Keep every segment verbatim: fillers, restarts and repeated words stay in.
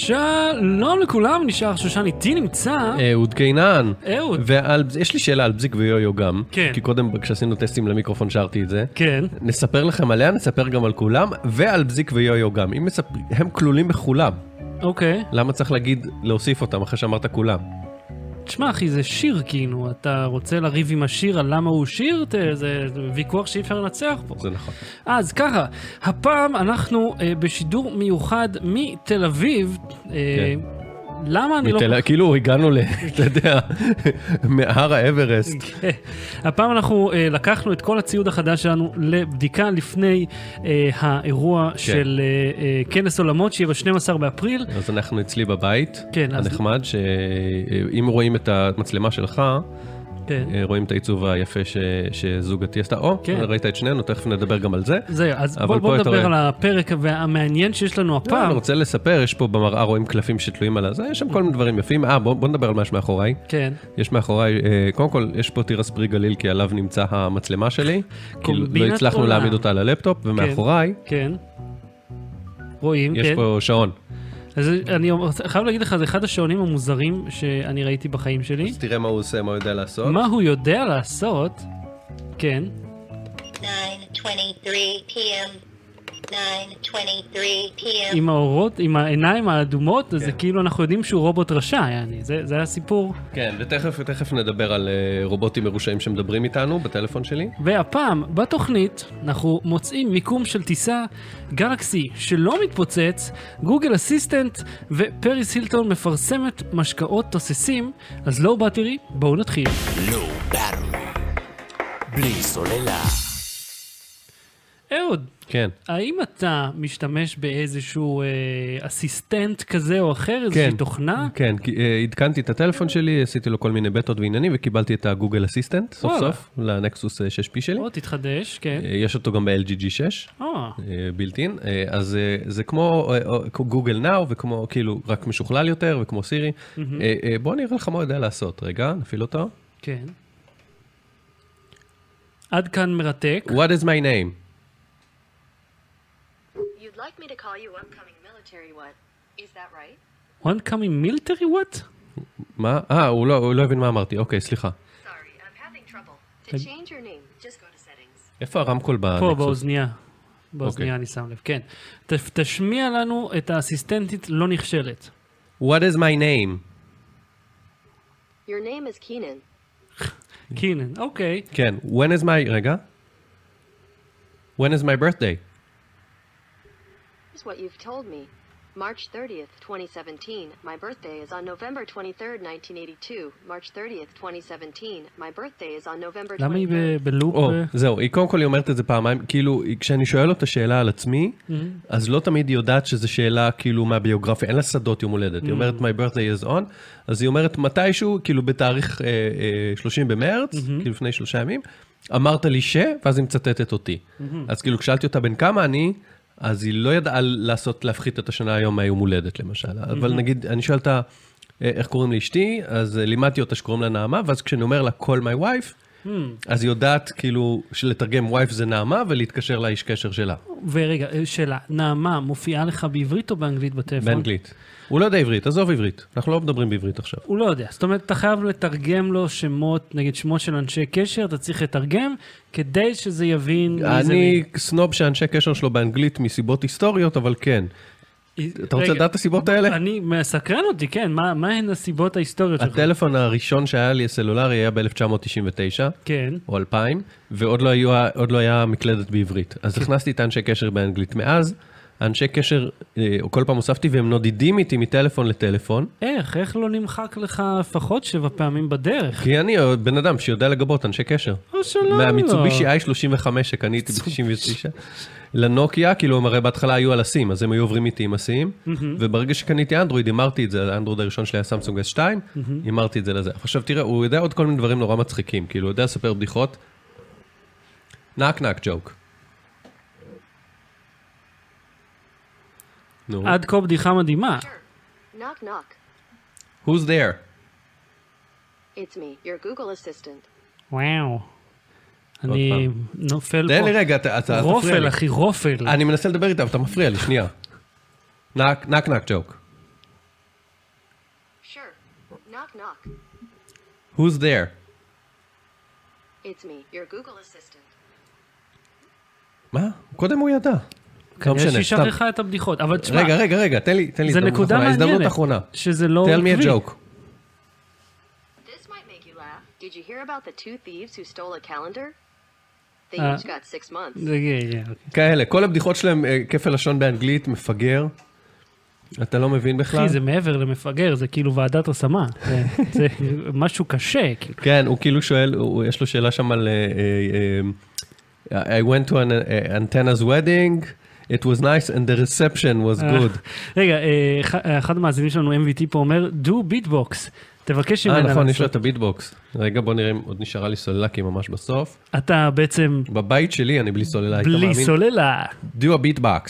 שלום לכולם, נשאר שושן איתי נמצא. אהוד קינן. אהוד. ויש לי שאלה על בזיק ויו-יו גם. כן. כי קודם כשעשינו טסטים למיקרופון שרתי את זה. כן. נספר לכם עליה, נספר גם על כולם, ועל בזיק ויו-יו גם. אם מספר, הם כלולים בכולם. אוקיי. למה צריך להגיד, להוסיף אותם אחרי שאמרת כולם? תשמע אחי, זה שיר כאילו, אתה רוצה לריב עם השיר על למה הוא שיר? זה ויכוח שאי אפשר לנצח פה. זה נכון. אז ככה, הפעם אנחנו אה, בשידור מיוחד מתל אביב. אה, כן. למה אני מתל... לא... כאילו הגענו ל... אתה יודע, מהר האברסט. כן. הפעם אנחנו אה, לקחנו את כל הציוד החדש שלנו לבדיקה לפני אה, האירוע כן. של אה, אה, כנס עולמות שיהיה ב-שנים עשר באפריל. אז אנחנו אצלי בבית, כן, הנחמד, אז... שאם רואים את המצלמה שלך, כן. רואים את העיצוב היפה ש... שזוגתי עשתה, או, כן. ראית את שנינו, תכף נדבר גם על זה. זה, אז בוא, בוא נדבר יותר... על הפרק המעניין שיש לנו הפעם. אני רוצה לספר, יש פה במראה רואים קלפים שתלויים על זה, יש שם כל מיני דברים יפים. אה, בוא, בוא נדבר על מה יש מאחוריי. כן. יש מאחוריי, קודם כל, יש פה תירס פרי גליל, כי עליו נמצא המצלמה שלי, כי לא הצלחנו עולם. להעמיד אותה על הלפטופ, ומאחוריי, כן. רואים, יש כן. פה שעון. אז אני חייב להגיד לך, זה אחד השעונים המוזרים שאני ראיתי בחיים שלי. אז תראה מה הוא עושה, מה הוא יודע לעשות. מה הוא יודע לעשות? כן. nine twenty-three p m nine twenty-three p m עם האורות, עם העיניים האדומות, אז זה כאילו אנחנו יודעים שהוא רובוט רשע, יעני. זה, זה הסיפור. כן, ותכף, ותכף נדבר על uh, רובוטים מרושעים שמדברים איתנו בטלפון שלי. והפעם, בתוכנית, אנחנו מוצאים מיקום של טיסה, גלקסי שלא מתפוצץ, גוגל אסיסטנט, ופריס הילטון מפרסמת משקאות תוססים, אז לא בטרי, בואו נתחיל. לא בטרי, בלי סוללה. אהוד. כן. האם אתה משתמש באיזשהו אה, אסיסטנט כזה או אחר, איזושהי כן, תוכנה? כן, אה, עדכנתי את הטלפון שלי, עשיתי לו כל מיני בטות ועניינים, וקיבלתי את הגוגל אסיסטנט, סוף וואלה. סוף, לנקסוס שש פי שלי. או, תתחדש, כן. אה, יש אותו גם ב-אל ג'י ג'י שש, אה. בילטין, אה, אז אה, זה כמו גוגל נאו, וכמו, כאילו, רק משוכלל יותר, וכמו סירי. אה, אה, בוא נראה לך מה הוא יודע לעשות. רגע, נפיל אותו. כן. עד כאן מרתק. What is my name? You'd like me to call you oncoming military what? Is that right? Oncoming military what? מה? אה, הוא לא, הוא לא הבין מה אמרתי. אוקיי, סליחה. Sorry, I'm having trouble. To change your name, just go to settings. איפה הרמקול בנקסוס? פה, באוזנייה. באוזנייה אני שם לב, כן. ת, תשמיע לנו את האסיסטנטית לא נכשלת. What is my name? Your name is Keenan. קינן, אוקיי. כן, when is my... רגע. When is my birthday? Here's what you've told me. March thirtieth, twenty seventeen. My birthday is on November twenty-third, nineteen eighty-two. March thirtieth, twenty seventeen. My birthday is on November twenty-third. למה היא בלופ? או, זהו, היא קודם כל היא אומרת את זה פעמיים, כאילו, כשאני שואל אותה שאלה על עצמי, אז לא תמיד היא יודעת שזו שאלה כאילו מהביוגרפיה, אין לה שדות יום הולדת. היא אומרת, my birthday is on, אז היא אומרת מתישהו, כאילו בתאריך שלושים במרץ, כאילו לפני שלושה ימים, אמרת לי ש, ואז היא מצטטת אותי. אז כאילו, כשאלתי אותה בין כמה אני, אז היא לא ידעה לעשות, להפחית את השנה היום מהיום הולדת, למשל. אבל נגיד, אני שואל אותה, איך קוראים לאשתי, אז לימדתי אותה שקוראים לה נעמה, ואז כשאני אומר לה, call my wife, אז היא יודעת, כאילו, שלתרגם wife זה נעמה, ולהתקשר לאיש קשר שלה. ורגע, שאלה, נעמה מופיעה לך בעברית או באנגלית בטלפון? באנגלית. הוא לא יודע עברית, עזוב עברית. אנחנו לא מדברים בעברית עכשיו. הוא לא יודע. זאת אומרת, אתה חייב לתרגם לו שמות, נגיד שמות של אנשי קשר, אתה צריך לתרגם, כדי שזה יבין... אני סנוב שאנשי קשר שלו באנגלית מסיבות היסטוריות, אבל כן. אתה רוצה לדעת את הסיבות האלה? אני מסקרן אותי, כן. מה הן הסיבות ההיסטוריות שלך? הטלפון הראשון שהיה לי הסלולרי היה ב-אלף תשע מאות תשעים ותשע, כן. או אלפיים, ועוד לא היה, עוד לא היה מקלדת בעברית. אז הכנסתי את האנשי קשר באנגלית. מאז, האנשי קשר, או כל פעם הוספתי, והם נודדים איתי מטלפון לטלפון. איך? איך לא נמחק לך לפחות שבע פעמים בדרך? כי אני בן אדם שיודע לגבות אנשי קשר. או שלא. מהמיצובישי איי שלושים וחמש שקניתי ב-תשעים ותשע. לנוקיה, כאילו הם הרי בהתחלה היו על הסים, אז הם היו עוברים איתי עם הסים, וברגע שקניתי אנדרואיד, אמרתי את זה, האנדרואיד הראשון שלי היה סמסונג אס שתיים, אמרתי את זה לזה. עכשיו תראה, הוא יודע עוד כל מיני דברים נורא מצחיקים, כאילו הוא יודע לספר בדיחות. נאק נאק ג'וק. עד כה בדיחה מדהימה. Knock knock. Who's there? It's me, your Google assistant. וואו. אני נופל תן פה. לי רגע, אתה תפריע לי. רופל, אחי, רופל. אני מנסה לדבר איתה, אבל אתה מפריע לי, שנייה. נאק נאק ג'וק. knock. Who's there? It's me, your Google assistant. מה? קודם הוא ידע. לא כנראה משנה, שישאר סתם. לך את הבדיחות, אבל תשמע, רגע, רגע, רגע, תן לי, תן לי זה הזדמנות נקודה אחרונה, הזדמנות מעניינת, אחרונה. שזה לא Tell me a עקבי. joke. This might make you laugh. Did you hear about the two thieves who stole a calendar? They Uh, each got six months. זה כן, כן. כאלה, כל הבדיחות שלהם, אה, כפל לשון באנגלית, מפגר. אתה לא מבין בכלל? אחי, זה מעבר למפגר, זה כאילו ועדת השמה. זה- זה משהו קשה, כאילו. כן, הוא כאילו שואל, הוא- יש לו שאלה שם על... אה, אה, אה, I went to an uh, antenna's wedding, it was nice and the reception was good. רגע, אה, אח- אחד המאזינים שלנו, אם וי טי פה אומר, do beatbox. תבקש ממנה אה, לעשות. נכון, יש לו את הביטבוקס. רגע, בוא נראה אם עוד נשארה לי סוללה, כי ממש בסוף. אתה בעצם בבית שלי אני בלי סוללה, היית בלי מאמין? סוללה. do a beatbox.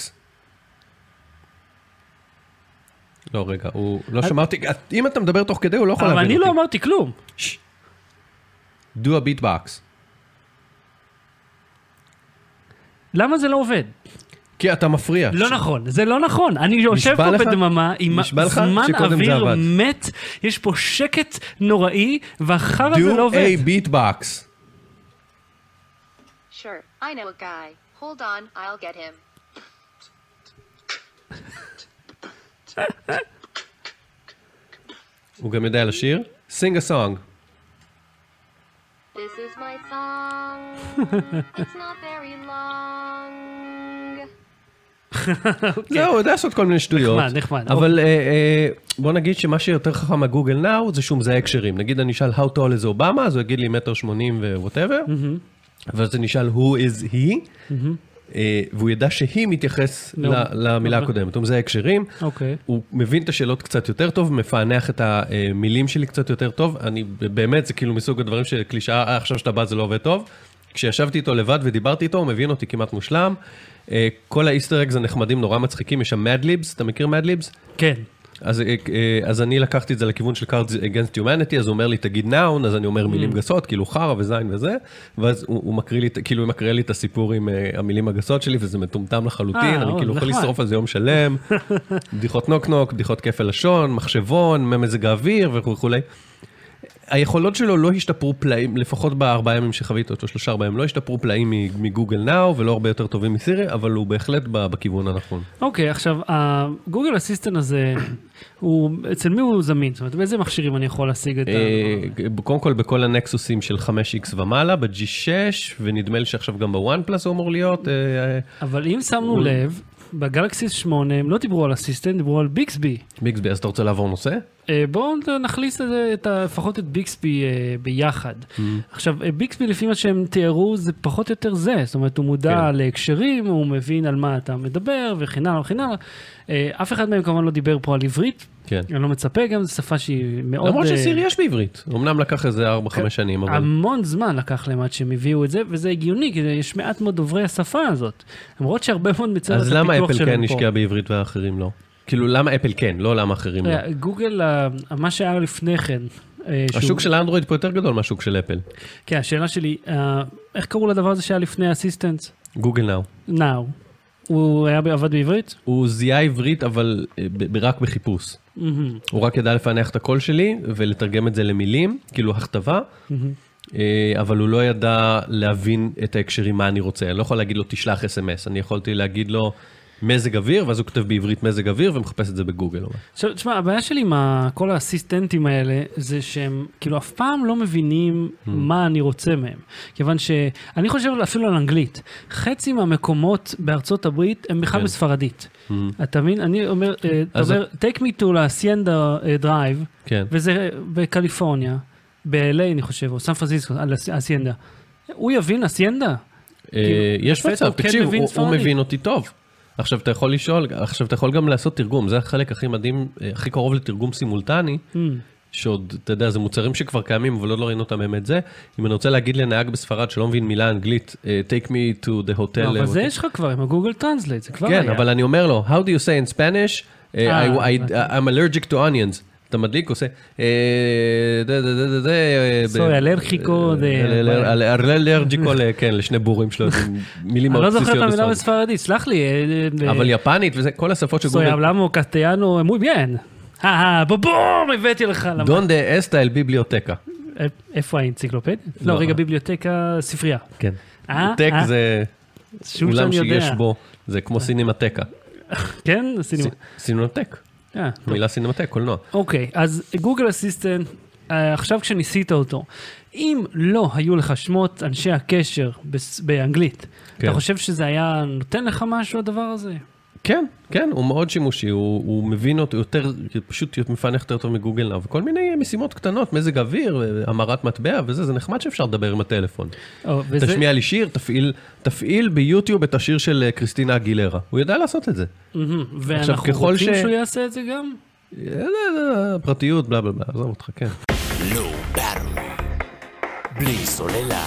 לא, רגע, הוא לא שמע אותי. אם אתה מדבר תוך כדי, הוא לא יכול אבל להבין אני אותי. לא אמרתי כלום. do a beatbox. למה זה לא עובד? כי אתה מפריע. לא נכון, זה לא נכון. אני יושב נשבע פה לך? בדממה עם נשבע לך זמן שקודם זה אוויר עבד. מת, יש פה שקט נוראי, והחרא הזה לא do עובד. a beatbox. Sure, I know a guy. Hold on, I'll get him. הוא גם יודע לשיר. sing a song. This is my song. It's not very long. זהו, הוא יודע לעשות כל מיני שטויות. נחמד, נחמד. אבל אה, אה, בוא נגיד שמה שיותר חכם מהגוגל נאו זה שהוא מזהה הקשרים. נגיד אני אשאל how tall is אובמה, אז הוא יגיד לי מטר שמונים ווואטאבר. ואז אני אשאל who is he, אה, והוא ידע שהיא מתייחס נו, ל- למילה אוקיי. הקודמת. הוא מזהה הקשרים. אוקיי. הוא מבין את השאלות קצת יותר טוב, מפענח את המילים שלי קצת יותר טוב. אני באמת, זה כאילו מסוג הדברים שקלישאה, "אה, עכשיו שאתה בא זה לא עובד טוב. כשישבתי איתו לבד ודיברתי איתו, הוא מבין אותי כמעט מושלם. אה, כל האיסטר אגס הנחמדים נורא מצחיקים, יש שם מדליבס, אתה מכיר מדליבס? כן. אז, אה, אה, אז אני לקחתי את זה לכיוון של Cards Against Humanity, אז הוא אומר לי, תגיד נאון, אז אני אומר מילים גסות, כאילו חרא וזין וזה, ואז הוא, הוא מקריא לי, כאילו הוא מקריא לי את הסיפור עם אה, המילים הגסות שלי, וזה מטומטם לחלוטין, אה, אני או, כאילו יכול נחמד. לשרוף על זה יום שלם, בדיחות נוק נוק, בדיחות כפל לשון, מחשבון, מזג האוויר וכו' וכו'. היכולות שלו לא השתפרו פלאים, לפחות בארבעה ימים שחוויתי אותו, שלושה ארבעה ימים, לא השתפרו פלאים מגוגל נאו, ולא הרבה יותר טובים מסירי, אבל הוא בהחלט בכיוון הנכון. אוקיי, עכשיו, הגוגל אסיסטנט הזה, הוא, אצל מי הוא זמין? זאת אומרת, באיזה מכשירים אני יכול להשיג את ה... אה, קודם כל בכל הנקסוסים של חמש איקס ומעלה, ב-ג'י שש, ונדמה לי שעכשיו גם בוואן פלאס הוא אמור להיות. אה, אה, אבל אם שמנו לב, בגלקסי שמונה הם לא דיברו על אסיסטנט, דיברו על ביקסבי. ביקסבי, אז אתה רוצה לעבור נושא? אה, בואו נכניס את זה, את ה- לפחות את ביקסבי אה, ביחד. עכשיו, אה, ביקסבי לפי מה שהם תיארו זה פחות או יותר זה, זאת אומרת הוא מודע כן. להקשרים, הוא מבין על מה אתה מדבר וכן הלאה וכן הלאה. אה, אף אחד מהם כמובן לא דיבר פה על עברית, כן. אני לא מצפה, גם זו שפה שהיא מאוד... למרות אה, שסירי יש בעברית, אמנם לקח איזה ארבע חמש שנים, אבל... המון זמן לקח להם עד שהם הביאו את זה, וזה הגיוני, כי יש מעט מאוד דוברי השפה הזאת. למרות שהרבה מאוד מצוות אז למה הפיתוח אפל שלהם כן פה. השקיע בעברית והאחרים לא? כאילו למה אפל כן, לא למה אחרים לא? אה, גוגל, אה, מה שהיה לפני כן, אה, שהוא- השוק של האנדרואיד פה יותר גדול מהשוק של אפל. כן, השאלה שלי, אה, איך קראו לדבר הזה שהיה לפני אסיסטנט? גוגל נאו. נאו. הוא היה עבד בעברית? הוא זיהה עברית, אבל אה, ב- רק בחיפוש. מהמם. הוא רק ידע לפענח את הקול שלי ולתרגם את זה למילים, כאילו הכתבה, אה, אבל הוא לא ידע להבין את ההקשרים מה אני רוצה. אני לא יכול להגיד לו תשלח אס אם אס, אני יכולתי להגיד לו מזג אוויר, ואז הוא כותב בעברית מזג אוויר ומחפש את זה בגוגל. עכשיו, תשמע, הבעיה שלי עם ה- כל האסיסטנטים האלה, זה שהם כאילו אף פעם לא מבינים מה אני רוצה מהם. כיוון שאני חושב אפילו על אנגלית. חצי מהמקומות בארצות הברית הם בכלל כן. בספרדית. אתה מבין? אני אומר, אה, אתה אז- אומר, take me to la Hacienda אה, drive, כן. וזה בקליפורניה, ב-אל איי אני חושב, או סן פרנסיסקו, על הסיינדה. הוא יבין הסיינדה? אה, יש לפתע מצב, הוא כן תקשיב, מבין הוא- הוא ספרדית. מבין אותי טוב. עכשיו אתה יכול לשאול, עכשיו אתה יכול גם לעשות תרגום, זה החלק הכי מדהים, אה, הכי קרוב לתרגום סימולטני, שעוד, אתה יודע, זה מוצרים שכבר קיימים, אבל עוד לא ראינו אותם באמת זה. אם אני רוצה להגיד לנהג בספרד שלא מבין מילה אנגלית, אה, take me to the hotel. לא, אבל אה, זה יש לך כבר עם הגוגל טרנסלייט, זה כבר כן, היה. אבל אני אומר לו, how do you say in Spanish? Uh, אה, I- I- הבנתי. I'm allergic to onions. אתה מדליק, עושה... אה, דה, דה, דה, דה, דה, אה, סורי, ב- אלרג'יקו, אה, דה- אל- אל- אל- אלרג'יקו, ל- כן, לשני בורים שלו, עם מילים אני מאוד לא זוכר בסיסיות את המילה בספרדית. בספרדית, סלח לי. אה, אה, אבל יפנית וזה, כל השפות Soy שגוגל... hablamos castellano muy bien. אה, בבום, הבאתי לך. דונדה אסטה אל ביבליוטקה. איפה האנציקלופדיה? לא, רגע, ביבליוטקה, ספרייה. כן. טק זה אולם שיש בו, זה כמו סינמטקה. כן? סינמטק. מילה סינמטק, קולנוע. אוקיי, אז גוגל אסיסטנט, עכשיו כשניסית אותו, אם לא היו לך שמות אנשי הקשר באנגלית, אתה חושב שזה היה נותן לך משהו הדבר הזה? כן, כן, הוא מאוד שימושי, הוא, הוא מבין אותו יותר, פשוט מפענח יותר טוב מגוגל נאו, וכל מיני משימות קטנות, מזג אוויר, המרת מטבע וזה, זה נחמד שאפשר לדבר עם הטלפון. או, וזה... תשמיע לי שיר, תפעיל, תפעיל ביוטיוב את השיר של קריסטינה אגילרה, הוא יודע לעשות את זה. Mm-hmm. ואנחנו רוצים ש... שהוא יעשה את זה גם? פרטיות, בלה בלה בלה, עזוב אותך, כן. לא באטרי, בלי סוללה.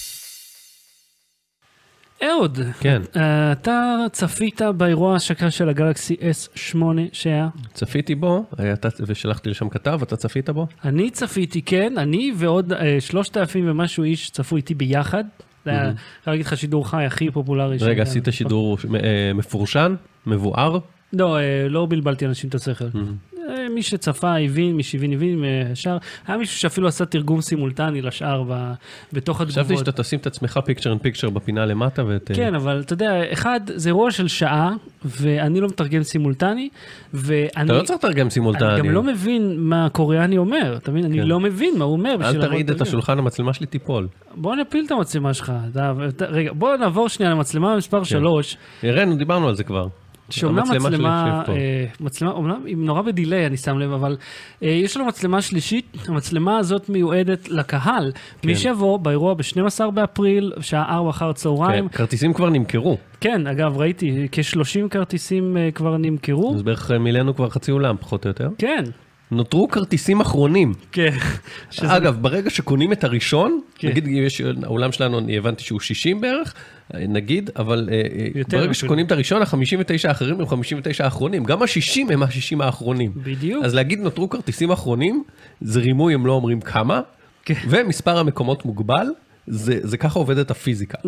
אהוד, כן. אתה צפית באירוע השקה של הגלקסי אס שמונה שהיה? צפיתי בו, ושלחתי לשם כתב, אתה צפית בו? אני צפיתי, כן, אני ועוד שלושת אלפים ומשהו איש צפו איתי ביחד. זה היה, אפשר להגיד לך, שידור חי הכי פופולרי. רגע, עשית שידור מפורשן, מבואר? לא, לא בלבלתי אנשים את השכל. מי שצפה הבין, מי שהבין הבין, השאר, היה מישהו שאפילו עשה תרגום סימולטני לשאר בתוך התגובות. חשבתי שאתה תשים את עצמך פיקצ'ר אין פיקצ'ר בפינה למטה ואת... כן, אבל אתה יודע, אחד, זה אירוע של שעה, ואני לא מתרגם סימולטני, ואני... אתה לא צריך לתרגם סימולטני. אני גם לא מבין מה הקוריאני אומר, אתה מבין? אני לא מבין מה הוא אומר. אל תרעיד את השולחן, המצלמה שלי תיפול. בוא נפיל את המצלמה שלך. רגע, בוא נעבור שנייה למצלמה מספר שלוש. הראינו, דיברנו על זה כבר. שאומנם מצלמה, מצלמה, אומנם היא נורא בדילי, אני שם לב, אבל יש לנו מצלמה שלישית, המצלמה הזאת מיועדת לקהל, מי שיבוא באירוע ב-שנים עשר באפריל, שעה ארבע אחר הצהריים. כרטיסים כבר נמכרו. כן, אגב, ראיתי, כ-שלושים כרטיסים כבר נמכרו. אז בערך מילאנו כבר חצי אולם, פחות או יותר. כן. נותרו כרטיסים אחרונים. כן. אגב, ברגע שקונים את הראשון, נגיד, העולם שלנו, אני הבנתי שהוא שישים בערך, נגיד, אבל ברגע שקונים את הראשון, ה-חמישים ותשע האחרים הם חמישים ותשע האחרונים. גם ה-שישים הם ה-שישים האחרונים. בדיוק. אז להגיד, נותרו כרטיסים אחרונים, זה רימוי, הם לא אומרים כמה, ומספר המקומות מוגבל, זה ככה עובדת הפיזיקה.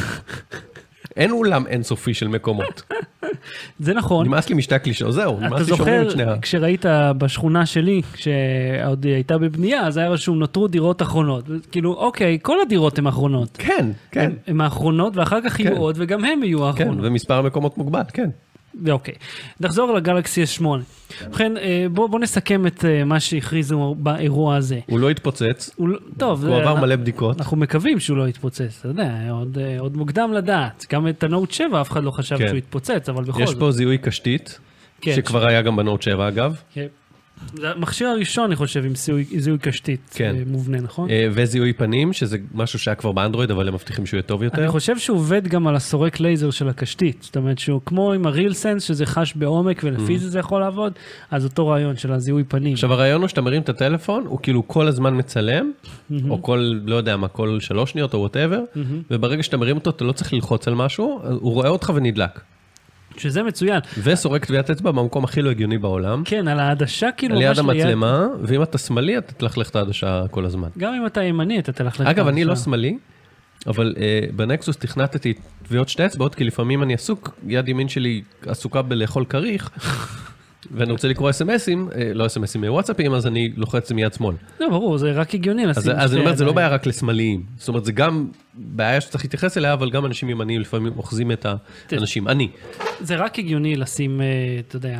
אין אולם אינסופי של מקומות. זה נכון. נמאס לי משתי הקלישאות, זהו. אתה זוכר, כשראית בשכונה שלי, כשעוד הייתה בבנייה, אז היה רשום, נותרו דירות אחרונות. כאילו, אוקיי, כל הדירות הן אחרונות. כן, כן. הן האחרונות, ואחר כך יהיו עוד, וגם הן יהיו האחרונות. כן, ומספר המקומות מוגבל, כן. אוקיי. נחזור לגלקסי אס שמונה. ובכן, בוא, בוא נסכם את מה שהכריזו באירוע הזה. הוא לא התפוצץ. הוא, טוב, הוא עבר מלא בדיקות. אנחנו מקווים שהוא לא התפוצץ, אתה יודע, עוד, עוד מוקדם לדעת. גם את הנוט שבע אף אחד לא חשב כן. שהוא התפוצץ, אבל בכל יש זאת. פה זיהוי קשתית, כן, שכבר ש... היה גם בנוט שבע אגב. כן. זה המכשיר הראשון, אני חושב, עם זיהוי, זיהוי קשתית כן. מובנה, נכון? וזיהוי פנים, שזה משהו שהיה כבר באנדרואיד, אבל הם מבטיחים שהוא יהיה טוב יותר. אני חושב שהוא עובד גם על הסורק לייזר של הקשתית. זאת אומרת שהוא כמו עם הריל סנס, שזה חש בעומק, ולפי זה זה יכול לעבוד, אז אותו רעיון של הזיהוי פנים. עכשיו, הרעיון הוא שאתה מרים את הטלפון, הוא כאילו כל הזמן מצלם, או כל, לא יודע מה, כל שלוש שניות או whatever, וברגע שאתה מרים אותו, אתה לא צריך ללחוץ על משהו, הוא רואה אותך ונדלק. שזה מצוין. וסורק טביעת אצבע במקום הכי לא הגיוני בעולם. כן, על העדשה כאילו. על יד המצלמה, ואם אתה שמאלי, אתה תלכלך את העדשה כל הזמן. גם אם אתה ימני, אתה תלכלך את העדשה. אגב, אני לא שמאלי, אבל בנקסוס תכנתתי טביעות שתי אצבעות, כי לפעמים אני עסוק, יד ימין שלי עסוקה בלאכול כריך, ואני רוצה לקרוא אס-אמסים, לא אס-אמסים וואטסאפים, אז אני לוחץ מיד שמאל. לא, ברור, זה רק הגיוני לשים. אז אני אומר, זה לא בעיה רק לשמאליים. זאת אומרת, זה גם בעיה שצריך להתייחס אליה, אבל גם אנשים ימניים לפעמים אוחזים את האנשים. אני. זה רק הגיוני לשים, אתה יודע,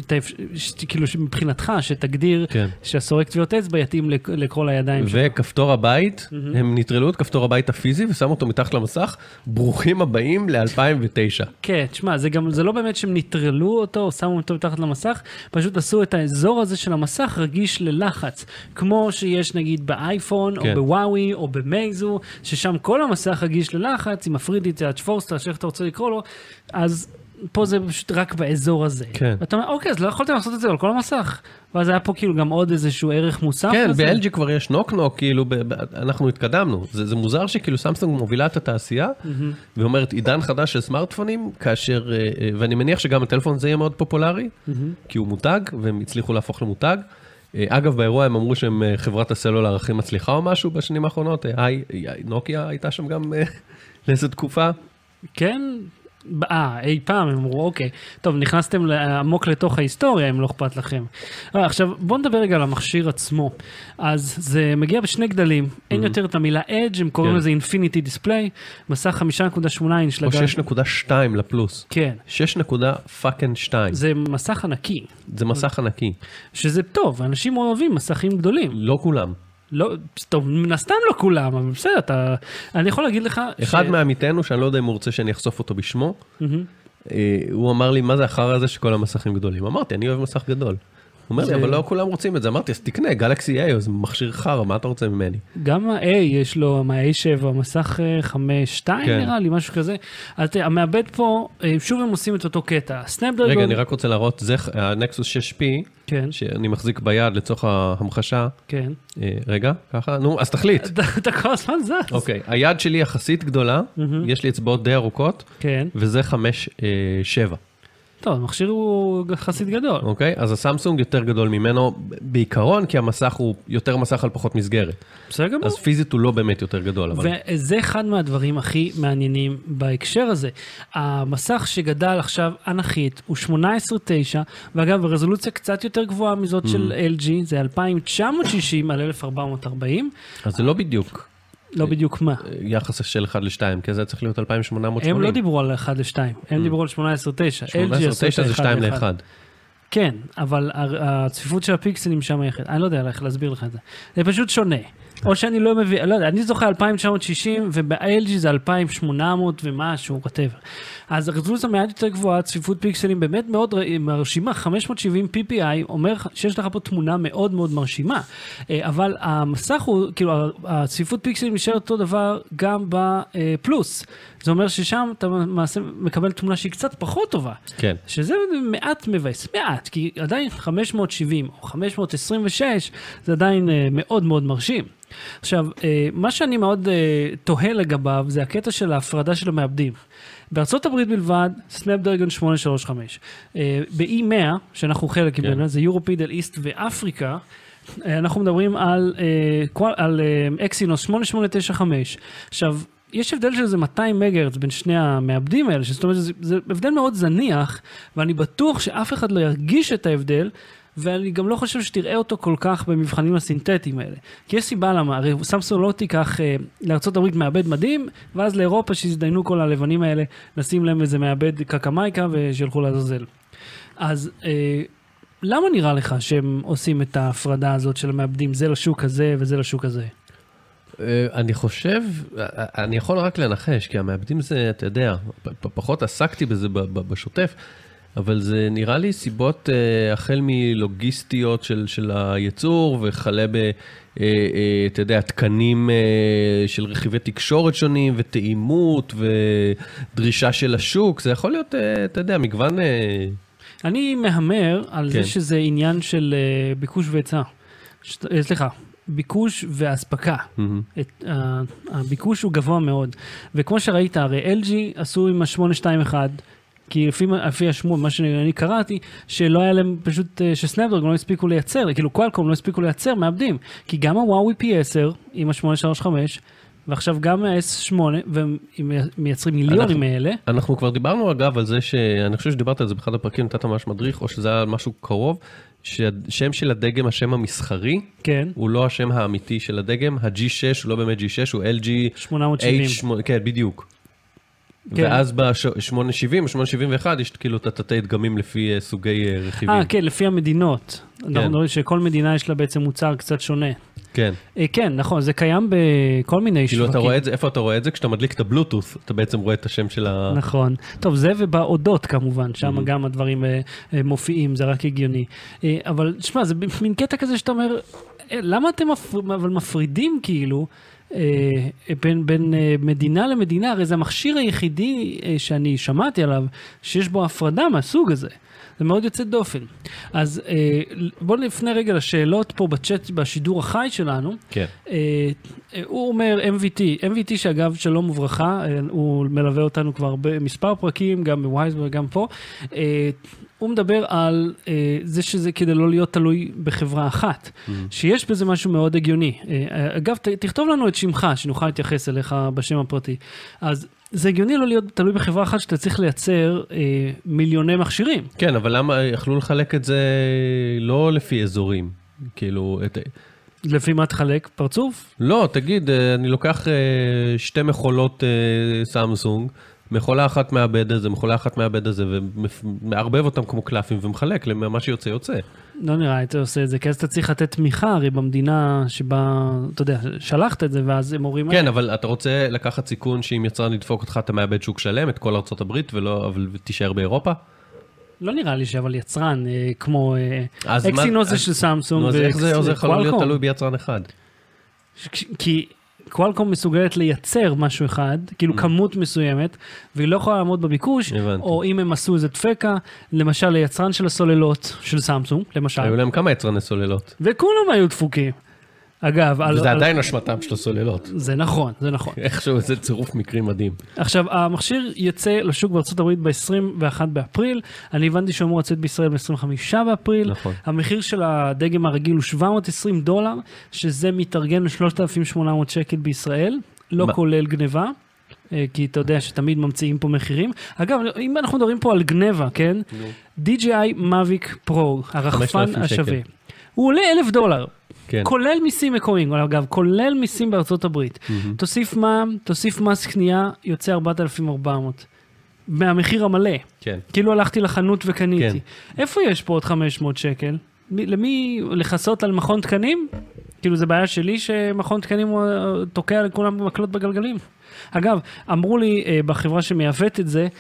כאילו מבחינתך, שתגדיר שהסורק טביעות אצבע יתאים לקרוא לידיים שלך. וכפתור הבית, הם נטרלו את כפתור הבית הפיזי, ושמו אותו מתחת למסך, ברוכים הבאים ל-אלפיים ותשע. כן, תשמע, זה לא באמת שהם נטרלו אותו, או שמו אותו מתחת למסך, פשוט עשו את האזור הזה של המסך רגיש ללחץ, כמו שיש נגיד באייפון, או בוואוי, או במייזו, ששם כל המסך רגיש ללחץ, אם מפריד את זה, התפורסטר, שאיך אתה רוצה לקרוא לו, אז פה זה פשוט רק באזור הזה. כן. ואתה אומר, אוקיי, אז לא יכולתם לעשות את זה על כל המסך. ואז היה פה כאילו גם עוד איזשהו ערך מוסף. כן, ב-אל ג'י כבר יש נוק-נוק, כאילו, אנחנו התקדמנו. זה, זה מוזר שכאילו סמסונג מובילה את התעשייה, mm-hmm. ואומרת, עידן חדש של סמארטפונים, כאשר, ואני מניח שגם הטלפון זה יהיה מאוד פופולרי, mm-hmm. כי הוא מותג, והם הצליחו להפוך למותג. אגב, באירוע הם אמרו שהם חברת הסלולר הכי מצליחה או משהו בשנים האחרונות. היי, נוקיה הייתה שם גם לאיזו תקופה. כן, אה, אי פעם הם אמרו, אוקיי, טוב, נכנסתם עמוק לתוך ההיסטוריה, אם לא אכפת לכם. עכשיו, בואו נדבר רגע על המכשיר עצמו. אז זה מגיע בשני גדלים, אין יותר את המילה Edge, הם קוראים לזה Infinity Display, מסך חמישה נקודה שמונה אינץ' או שש נקודה שתיים לפלוס. כן. שש נקודה שתיים. זה מסך ענקי. זה מסך ענקי. שזה טוב, אנשים אוהבים מסכים גדולים. לא כולם. לא, טוב, נסתם לא כולם, אבל בסדר, אתה, אני יכול להגיד לך... אחד מעמיתנו, שאני לא יודע אם הוא רוצה שאני אחשוף אותו בשמו, הוא אמר לי, מה זה אחר הזה שכל המסכים גדולים? אמרתי, אני אוהב מסך גדול. הוא אומר לי, אבל לא כולם רוצים את זה. אמרתי, אז תקנה, גלקסי A, זה מכשיר חר, מה אתה רוצה ממני? גם ה-A, יש לו, מה-A שבע, מסך חמש שתיים נראה לי, משהו כזה. אז המעבד פה, שוב הם עושים את אותו קטע. סנאפדרגון... רגע, אני רק רוצה להראות, זה הנקסוס שש פי, שאני מחזיק ביד לצורך ההמחשה. כן. רגע, ככה, נו, אז תחליט. אתה כל הזמן זז. אוקיי, היד שלי יחסית גדולה, יש לי אצבעות די ארוכות, וזה חמש שבע. טוב, המכשיר הוא חסיד גדול. אוקיי, אז הסמסונג יותר גדול ממנו בעיקרון, כי המסך הוא יותר מסך על פחות מסגרת. בסדר גמור. אז פיזית הוא לא באמת יותר גדול. אבל... וזה אחד מהדברים הכי מעניינים בהקשר הזה. המסך שגדל עכשיו אנכית הוא שמונה עשרה תשע, ואגב, ברזולוציה קצת יותר גבוהה מזאת של אל ג'י, זה אלפיים תשע מאות שישים על אלף ארבע מאות ארבעים. אז זה לא בדיוק. לא בדיוק מה? יחס של אחד לשתיים, כי זה צריך להיות אלפיים שמונה מאות שמונים. הם לא דיברו על אחד לשתיים, הם דיברו על שמונה עשרה תשע. שמונה עשרה תשע זה שתיים לאחד. כן, אבל הצפיפות של הפיקסלים שם יחד, אני לא יודע איך להסביר לך את זה. זה פשוט שונה. או שאני לא מבין, לא יודע, אני זוכר אלפיים תשע מאות שישים, וב-אל ג'י זה אלפיים שמונה מאות ומשהו, whatever. אז הרזולוציה מעט יותר גבוהה, צפיפות פיקסלים באמת מאוד מרשימה, חמש מאות שבעים פי פי איי, אומר שיש לך פה תמונה מאוד מאוד מרשימה. אבל המסך הוא, כאילו, הצפיפות פיקסלים נשאר אותו דבר גם בפלוס. זה אומר ששם אתה מעשה מקבל תמונה שהיא קצת פחות טובה. כן. שזה מעט מבאס, מעט, כי עדיין חמש מאות שבעים או חמש מאות עשרים ושש, זה עדיין מאוד מאוד מרשים. עכשיו, מה שאני מאוד תוהה לגביו, זה הקטע של ההפרדה של המעבדים. בארצות הברית בלבד, סנאפדרגון שמונה שלוש חמש. ב-אי מאה, שאנחנו חלק ממנו, זה יורופ, מידל איסט ואפריקה, אנחנו מדברים על, על אקסינוס שמונה שמונה תשע חמש. עכשיו, יש הבדל של איזה מאתיים מגהרץ בין שני המעבדים האלה, זאת אומרת, זה, זה הבדל מאוד זניח, ואני בטוח שאף אחד לא ירגיש את ההבדל, ואני גם לא חושב שתראה אותו כל כך במבחנים הסינתטיים האלה. כי יש סיבה למה, הרי סמסונג לא תיקח אה, לארצות הברית מעבד מדהים, ואז לאירופה שהזדיינו כל הלבנים האלה, נשים להם איזה מעבד קקמייקה ושילכו לעזאזל. אז אה, למה נראה לך שהם עושים את ההפרדה הזאת של המעבדים, זה לשוק הזה וזה לשוק הזה? אני חושב, אני יכול רק לנחש, כי המעבדים זה, אתה יודע, פחות עסקתי בזה בשוטף, אבל זה נראה לי סיבות החל מלוגיסטיות של, של הייצור, וחלה ב, אתה יודע, תקנים של רכיבי תקשורת שונים, ותאימות, ודרישה של השוק, זה יכול להיות, אתה יודע, מגוון... אני מהמר על כן. זה שזה עניין של ביקוש והיצע. סליחה. ביקוש והספקה. Mm-hmm. את, uh, הביקוש הוא גבוה מאוד. וכמו שראית, הרי אל ג'י עשו עם ה-שמונה שתיים אחת, כי לפי, לפי השמוע, מה שאני קראתי, שלא היה להם פשוט, שסנאפדרגון לא הספיקו לייצר, כאילו קואלקום לא הספיקו לייצר מעבדים. כי גם הוואוי פי עשר עם ה-שמונה שלוש חמש, ועכשיו גם ה-אס שמונה, והם מייצרים מיליונים מאלה. אנחנו כבר דיברנו אגב על זה, שאני חושב שדיברת על זה באחד הפרקים, נתת ממש מדריך, או שזה היה משהו קרוב, שהשם של הדגם, השם המסחרי, כן. הוא לא השם האמיתי של הדגם, ה-ג'י שש הוא לא באמת ג'י שש, הוא אל ג'י שמונה מאות שבעים. כן, בדיוק. כן. ואז ב-שמונה שבעים או שמונה שבעים ואחת יש כאילו את התתי דגמים לפי סוגי רכיבים. אה, כן, לפי המדינות. כן. אנחנו רואים שכל מדינה יש לה בעצם מוצר קצת שונה. כן. כן, נכון, זה קיים בכל מיני שווקים. כאילו אתה רואה את זה, איפה אתה רואה את זה? כשאתה מדליק את הבלוטות' אתה בעצם רואה את השם של ה... נכון. טוב, זה ובאודות כמובן, שם mm-hmm. גם הדברים מופיעים, זה רק הגיוני. אבל, תשמע, זה מין קטע כזה שאתה אומר, למה אתם אבל מפרידים כאילו, בין, בין מדינה למדינה? הרי זה המכשיר היחידי שאני שמעתי עליו, שיש בו הפרדה מהסוג הזה. זה מאוד יוצא דופן. אז בואו לפני רגע לשאלות פה בצ'אט, בשידור החי שלנו. כן. הוא אומר אם וי טי, אם וי טי שאגב שלום וברכה, הוא מלווה אותנו כבר במספר פרקים, גם בווייז וגם פה. הוא מדבר על זה שזה כדי לא להיות תלוי בחברה אחת, שיש בזה משהו מאוד הגיוני. אגב, תכתוב לנו את שמך, שנוכל להתייחס אליך בשם הפרטי. אז זה הגיוני לא להיות תלוי בחברה אחת שאתה צריך לייצר אה, מיליוני מכשירים. כן, אבל למה יכלו לחלק את זה לא לפי אזורים? כאילו... את... לפי מה תחלק? פרצוף? לא, תגיד, אני לוקח שתי מכולות סמסונג, מכולה אחת מאבד הזה, מכולה אחת מאבד הזה, ומערבב אותם כמו קלפים ומחלק למה שיוצא יוצא. לא נראה, היית עושה את זה, כי אז אתה צריך לתת תמיכה, הרי במדינה שבה, אתה יודע, שלחת את זה, ואז הם הורים... כן, אבל אתה רוצה לקחת סיכון שאם יצרן ידפוק אותך, אתה מאבד שוק שלם, את כל ארצות הברית, ולא, אבל תישאר באירופה? לא נראה לי שאבל יצרן, אה, כמו אה, אקסינוס זה של סמסונג. אז איך זה עוזר לך לא להיות תלוי ביצרן אחד? ש- כי קוואלקום מסוגלת לייצר משהו אחד, כאילו כמות מסוימת, והיא לא יכולה לעמוד בביקוש, הבנתי. או אם הם עשו איזה דפקה, למשל ליצרן של הסוללות של סמסונג, למשל. היו להם כמה יצרני סוללות. וכולם היו דפוקים. אגב, על, וזה על... עדיין אשמתם של הסוללות. זה נכון, זה נכון. איכשהו זה צירוף מקרים מדהים. עכשיו, המכשיר יצא לשוק בארצות הברית ב-עשרים ואחד באפריל, אני הבנתי שהוא אמור לצאת בישראל ב-עשרים וחמישה באפריל, נכון. המחיר של הדגם הרגיל הוא שבע מאות ועשרים דולר, שזה מתארגן ל-שלושת אלפים שמונה מאות שקל בישראל, לא מה? כולל גניבה, כי אתה יודע שתמיד ממציאים פה מחירים. אגב, אם אנחנו מדברים פה על גניבה, כן? די ג'יי איי Mavic Pro, הרחפן השווה, הוא עולה אלף דולר. כן. כולל מיסים מקומיים, אגב, כולל מיסים בארצות הברית. Mm-hmm. תוסיף מע"מ, תוסיף מס קנייה, יוצא ארבעת אלפים וארבע מאות. מהמחיר המלא. כן. כאילו הלכתי לחנות וקניתי. כן. איפה יש פה עוד חמש מאות שקל? מי, למי לחסות על מכון תקנים? כאילו זה בעיה שלי שמכון תקנים הוא תוקע לכולם במקלות בגלגלים. אגב, אמרו לי אה, בחברה שמייבאת את זה,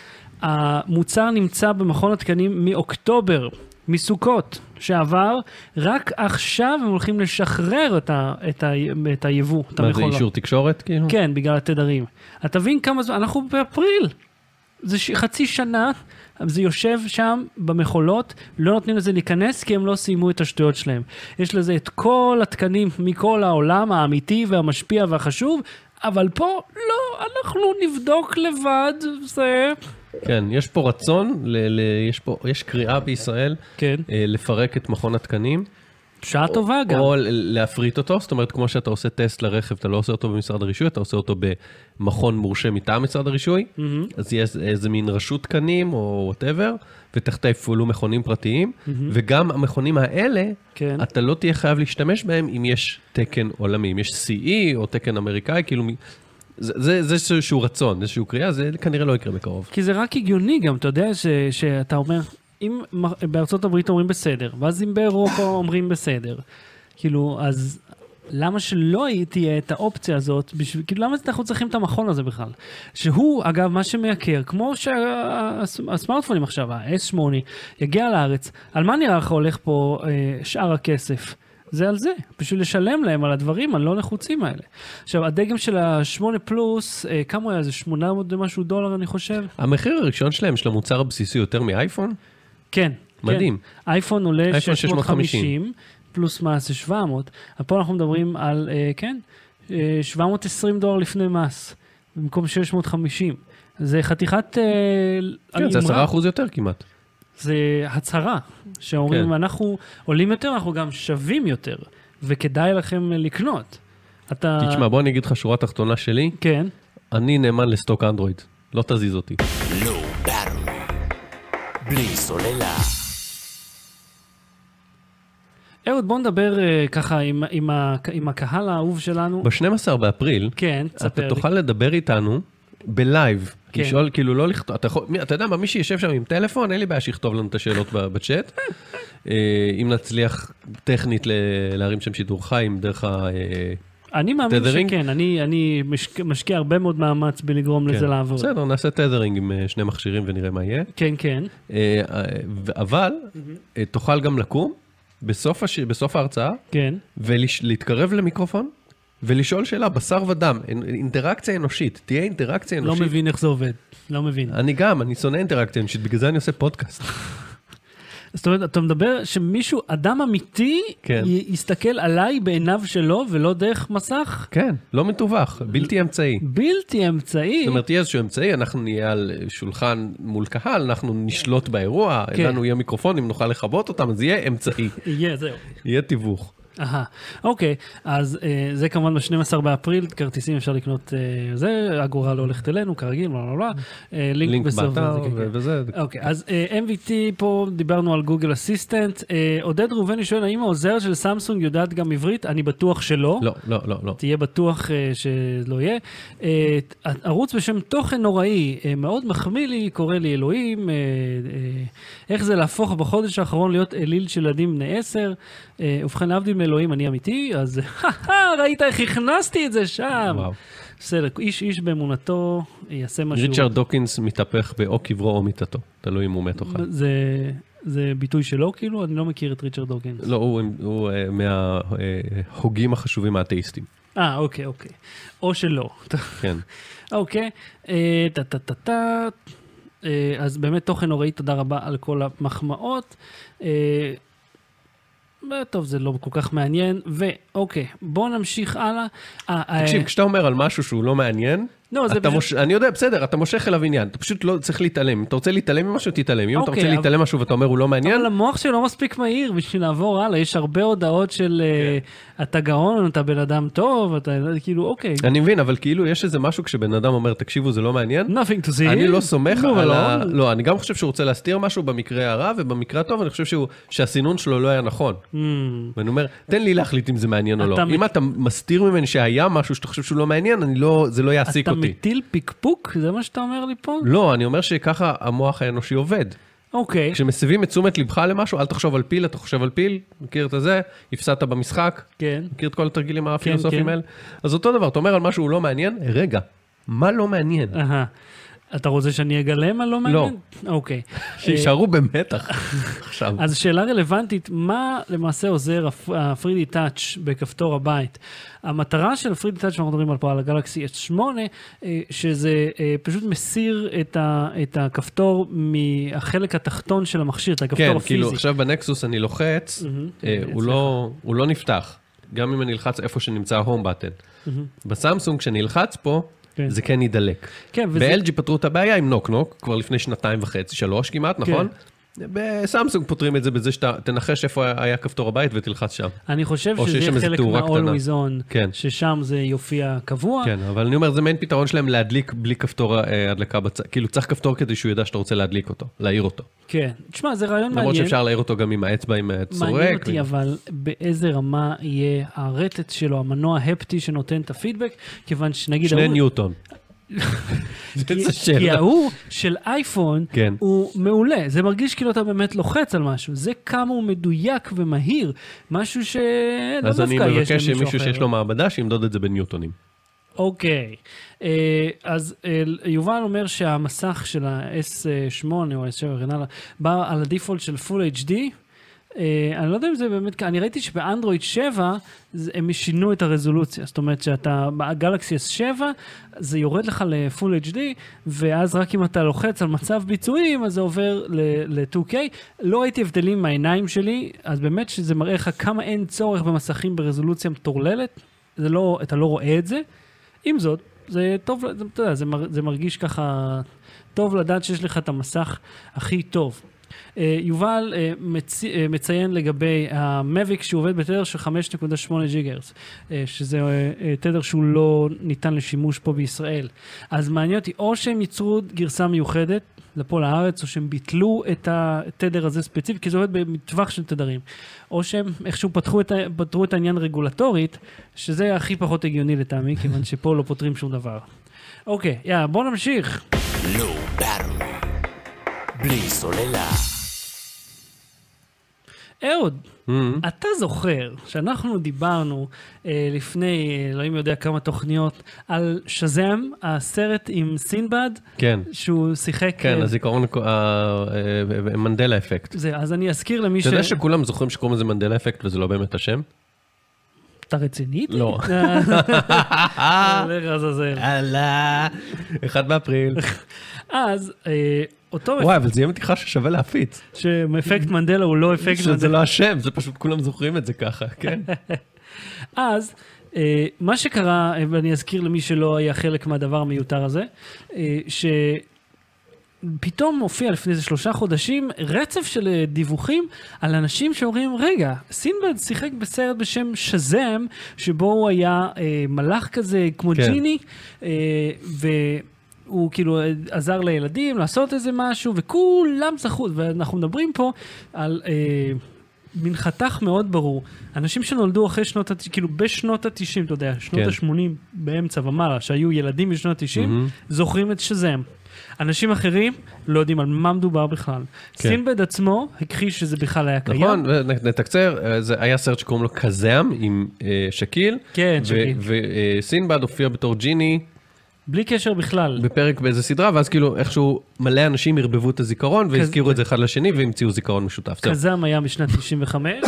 המוצר נמצא במכון התקנים מאוקטובר. מסוכות שעבר, רק עכשיו הם הולכים לשחרר את, ה, את, ה, את היבוא, את מה המכולה. זה אישור תקשורת כאילו? כן, בגלל התדרים. אתה תבין כמה זמן, אנחנו באפריל. זה ש, חצי שנה, זה יושב שם במכולות, לא נותנים לזה להיכנס כי הם לא סיימו את השטויות שלהם. יש לזה את כל התקנים מכל העולם האמיתי והמשפיע והחשוב, אבל פה לא, אנחנו נבדוק לבד, זה... כן, יש פה רצון, ל- ל- יש פה, יש קריאה בישראל, כן. אה, לפרק את מכון התקנים. שעה טובה גם. או ל- להפריט אותו, זאת אומרת, כמו שאתה עושה טסט לרכב, אתה לא עושה אותו במשרד הרישוי, אתה עושה אותו במכון מורשה מטעם משרד הרישוי, אז יש איזה מין רשות תקנים או whatever, ותחת יפעלו מכונים פרטיים, וגם המכונים האלה, כן. אתה לא תהיה חייב להשתמש בהם אם יש תקן עולמי, אם יש סי אי או תקן אמריקאי, כאילו... זה, זה, זה איזשהו רצון, איזשהו קריאה, זה כנראה לא יקרה בקרוב. כי זה רק הגיוני גם, אתה יודע ש, שאתה אומר, אם בארצות הברית אומרים בסדר, ואז אם באירופה אומרים בסדר, כאילו, אז למה שלא תהיה את האופציה הזאת, בשביל, כאילו, למה אנחנו צריכים את המכון הזה בכלל? שהוא, אגב, מה שמייקר, כמו שהסמארטפונים עכשיו, ה-אס שמונה, יגיע לארץ, על מה נראה לך הולך פה אה, שאר הכסף? זה על זה, בשביל לשלם להם על הדברים הלא נחוצים האלה. עכשיו, הדגם של השמונה פלוס, אה, כמה היה? זה שמונה מאות ומשהו דולר, אני חושב? המחיר הראשון שלהם, של המוצר הבסיסי, יותר מאייפון? כן. מדהים. כן. אייפון עולה אייפון שש מאות וחמישים, פלוס מס זה שבע מאות. פה אנחנו מדברים על, אה, כן, אה, שבע מאות ועשרים דולר לפני מס, במקום שש מאות וחמישים. זה חתיכת... אה, כן, זה עשרה אחוז יותר כמעט. זה הצהרה, שאומרים, כן. אנחנו עולים יותר, אנחנו גם שווים יותר, וכדאי לכם לקנות. אתה... תשמע, בוא אני אגיד לך שורה תחתונה שלי. כן. אני נאמן לסטוק אנדרואיד, לא תזיז אותי. Low Battery. בלי סוללה. אהוד, בוא נדבר uh, ככה עם, עם, ה, עם הקהל האהוב שלנו. ב-שנים עשר באפריל, כן, תספר אתה לי. תוכל לדבר איתנו בלייב. כן. לשאול, כאילו לא לכתוב, אתה, יכול, מי, אתה יודע מה, מי שישב שם עם טלפון, אין לי בעיה שיכתוב לנו את השאלות בצ'אט. אה, אם נצליח טכנית ל- להרים שם שידור חיים דרך ה... אה, אני מאמין תדרינג? שכן, אני, אני משקיע, משקיע הרבה מאוד מאמץ בלגרום כן. לזה לעבוד. בסדר, נעשה תדרינג עם אה, שני מכשירים ונראה מה יהיה. כן, כן. אה, אה, ו- אבל אה, תוכל גם לקום בסוף, הש... בסוף ההרצאה, כן. ולהתקרב למיקרופון, ולשאול שאלה, בשר ודם, אינטראקציה אנושית, תהיה אינטראקציה לא אנושית. מבין איך זה עובד, לא מבין. אני גם, אני שונא אינטראקציה אנושית, בגלל זה אני עושה פודקאסט. זאת אומרת, אתה מדבר שמישהו, אדם אמיתי, כן. י- יסתכל עליי בעיניו שלו, ולא דרך מסך? כן, לא מתווך, בלתי אמצעי. בלתי אמצעי. זאת אומרת, תהיה איזשהו אמצעי, אנחנו נהיה על שולחן מול קהל, אנחנו נשלוט באירוע, כן. לנו יהיה מיקרופונים, נוכל לכבות אותם, אז יהיה אמצעי, יהיה, זהו. יהיה תיווך. אהה, אוקיי, אז אה, זה כמובן ב-שנים עשר באפריל, כרטיסים אפשר לקנות אה, זה, אגורה לא הולכת אלינו, כרגיל, לא, לא, לא, אה, לינק, לינק בסוף. באתר זה, כן, כן. וזה. אוקיי, אז אה, אם וי טי פה דיברנו על גוגל אסיסטנט, אה, עודד ראובני שואל, האם העוזרת של סמסונג יודעת גם עברית? אני בטוח שלא. לא, לא, לא, לא. תהיה בטוח אה, שלא יהיה. אה, ערוץ בשם תוכן נוראי, אה, מאוד מחמיא לי, קורא לי אלוהים, אה, אה, איך זה להפוך בחודש האחרון להיות אליל של ילדים בני עשר, אה, ובכן להבדיל מאלוהים, אני אמיתי, אז ראית איך הכנסתי את זה שם. וואו. בסדר, איש איש באמונתו יעשה משהו. ריצ'רד דוקינס מתהפך באו קברו או מיטתו, תלוי אם הוא מת או חי. זה, זה ביטוי שלו כאילו? אני לא מכיר את ריצ'רד דוקינס. לא, הוא, הוא uh, מההוגים החשובים האתאיסטים. אה, אוקיי, אוקיי. או שלא. כן. אוקיי, אה, טה טה טה טה. אה, אז באמת תוכן נוראי, תודה רבה על כל המחמאות. אה, טוב, זה לא כל כך מעניין, ואוקיי, בואו נמשיך הלאה. תקשיב, כשאתה אומר על משהו שהוא לא מעניין, לא, זה פשוט... מוש... אני יודע, בסדר, אתה מושך אליו עניין, אתה פשוט לא צריך להתעלם. אם אתה רוצה להתעלם ממשהו, תתעלם. אם אתה רוצה להתעלם משהו ואתה אומר הוא לא מעניין... אבל המוח שלו מספיק מהיר בשביל לעבור הלאה. יש הרבה הודעות של אתה גאון, אתה בן אדם טוב, אתה כאילו, אוקיי. אני מבין, אבל כאילו יש איזה משהו כשבן אדם אומר, תקשיבו, זה לא מעניין. Nothing to see. אני לא סומך על ה... לא, אני גם חושב שהוא רוצה להסתיר משהו במקרה הרע, ובמקרה הטוב אני חושב שהסינון שלו לא היה נכון. ואני אומר, תן לי להחליט אם זה מעניין או לא. אם אתה מסתיר ממני שהיה משהו שאתה חושב שהוא לא מעניין, זה לא יעסיק אותי. אתה מטיל פיקפוק? זה מה שאתה אומר לי פה? לא, אני אומר שככה המוח האנושי עובד. אוקיי. כשמסבים את תשומת לבך למשהו, אל תחשוב על פיל, אתה חושב על פיל, מכיר את זה, הפסדת במשחק, כן. מכיר את כל התרגילים הפילוסופיים האלה. אז אותו דבר, אתה אומר על משהו לא מעניין, רגע, מה לא מעניין? אהה. אתה רוצה שאני אגלה מה לא מעניין? לא. אוקיי. שישארו במתח עכשיו. אז שאלה רלוונטית, מה למעשה עוזר ה-פרי די Touch בכפתור הבית? המטרה של ה-פרי די Touch, שאנחנו מדברים על פה על הגלקסי אס שמונה, שזה פשוט מסיר את, ה, את הכפתור מהחלק התחתון של המכשיר, את הכפתור כן, הפיזי. כאילו עכשיו בנקסוס אני לוחץ, Mm-hmm. הוא, לא, הוא לא נפתח, גם אם אני אלחץ איפה שנמצא ה-home button. Mm-hmm. בסמסונג, כשאני אלחץ פה, כן. זה כן ידלק. כן, וזה... ב-אל ג'י פתרו את הבעיה עם נוק נוק, כבר לפני שנתיים וחצי, שלוש כמעט, כן. נכון? בסמסונג פותרים את זה בזה שאתה תנחש איפה היה כפתור הבית ותלחץ שם. אני חושב שזה יהיה חלק מה-Always On, כן. ששם זה יופיע קבוע. כן, אבל אני אומר, זה מעין פתרון שלהם להדליק בלי כפתור הדלקה בצד. כאילו צריך כפתור כדי שהוא ידע שאתה רוצה להדליק אותו, להעיר אותו. כן, תשמע, זה רעיון מעניין. למרות שאפשר להעיר אותו גם עם האצבע, עם צורק. מעניין אותי, אבל באיזה רמה יהיה הרטט שלו, המנוע הפטי שנותן את הפידבק, כיוון שנגיד... שני ניוטון. כי ההוא של אייפון הוא מעולה, זה מרגיש כאילו אתה באמת לוחץ על משהו, זה כמה הוא מדויק ומהיר, משהו שלא דווקא יש למישהו אחר. אז אני מבקש שמישהו שיש לו מעבדה שימדוד את זה בניוטונים. אוקיי, אז יובל אומר שהמסך של ה-אס שמונה או ה-אס שבע בא על הדיפולט של פול אייץ' די, אני לא יודע אם זה באמת, אני ראיתי שבאנדרואיד שבע הם שינו את הרזולוציה, זאת אומרת שאתה בגלקסי אס שבע זה יורד לך לפול אייץ' די, ואז רק אם אתה לוחץ על מצב ביצועים אז זה עובר ל-טו קיי. לא ראיתי הבדלים מהעיניים שלי, אז באמת שזה מראה לך כמה אין צורך במסכים ברזולוציה מטורללת, זה לא, אתה לא רואה את זה. עם זאת, זה טוב, אתה יודע, זה, מר, זה מרגיש ככה טוב לדעת שיש לך את המסך הכי טוב. Uh, יובל uh, מצ... uh, מציין לגבי המאביק שהוא עובד בתדר של חמש נקודה שמונה ג'יגהרץ, uh, שזה uh, uh, תדר שהוא לא ניתן לשימוש פה בישראל. אז מעניין אותי, או שהם ייצרו גרסה מיוחדת לפה לארץ, או שהם ביטלו את התדר הזה ספציפי, כי זה עובד במטווח של תדרים, או שהם איכשהו פתחו את, פתרו את העניין רגולטורית, שזה הכי פחות הגיוני לטעמי, כיוון שפה לא פותרים שום דבר. אוקיי, יאללה, בוא נמשיך. Low battery. בלי סוללה. אהוד, mm-hmm. אתה זוכר שאנחנו דיברנו אה, לפני, לא יודע כמה תוכניות, על שזם, הסרט עם סינבד, כן. שהוא שיחק... כן, אה, הזיכרון, אה, אה, מנדלה אפקט. זה, אז אני אזכיר למי ש... אתה יודע שכולם זוכרים שקוראים לזה מנדלה אפקט וזה לא באמת השם? אתה רציני? לא. אללה, אחד באפריל. אז... אותו וואי, אבל זה יהיה מתיחה ששווה להפיץ. שאפקט מנדלה הוא לא אפקט מנדלה. שזה לא השם, זה פשוט כולם זוכרים את זה ככה, כן? אז, מה שקרה, ואני אזכיר למי שלא היה חלק מהדבר המיותר הזה, פתאום מופיע לפני איזה שלושה חודשים רצף של דיווחים על אנשים שאומרים, רגע, סינבד שיחק בסרט בשם שזם, שבו הוא היה אה, מלאך כזה כמו כן. ג'יני, אה, והוא כאילו עזר לילדים לעשות איזה משהו, וכולם זכו, ואנחנו מדברים פה על... אה, מין חתך מאוד ברור. אנשים שנולדו אחרי שנות, כאילו בשנות ה-תשעים, אתה יודע, שנות ה-שמונים באמצע ומעלה, שהיו ילדים בשנות ה-תשעים, זוכרים את שזם. אנשים אחרים לא יודעים על מה מדובר בכלל. סינבד עצמו הכחיש שזה בכלל היה קיים. נכון, נתקצר, זה היה סרט שקוראים לו קזם עם שקיל. כן, שקיל. וסינבד הופיע בתור ג'יני. בלי קשר בכלל. בפרק באיזה סדרה, ואז כאילו איכשהו מלא אנשים הרבבו את הזיכרון, והזכירו את זה אחד לשני, והמציאו זיכרון משותף. קזם היה משנת תשעים וחמש,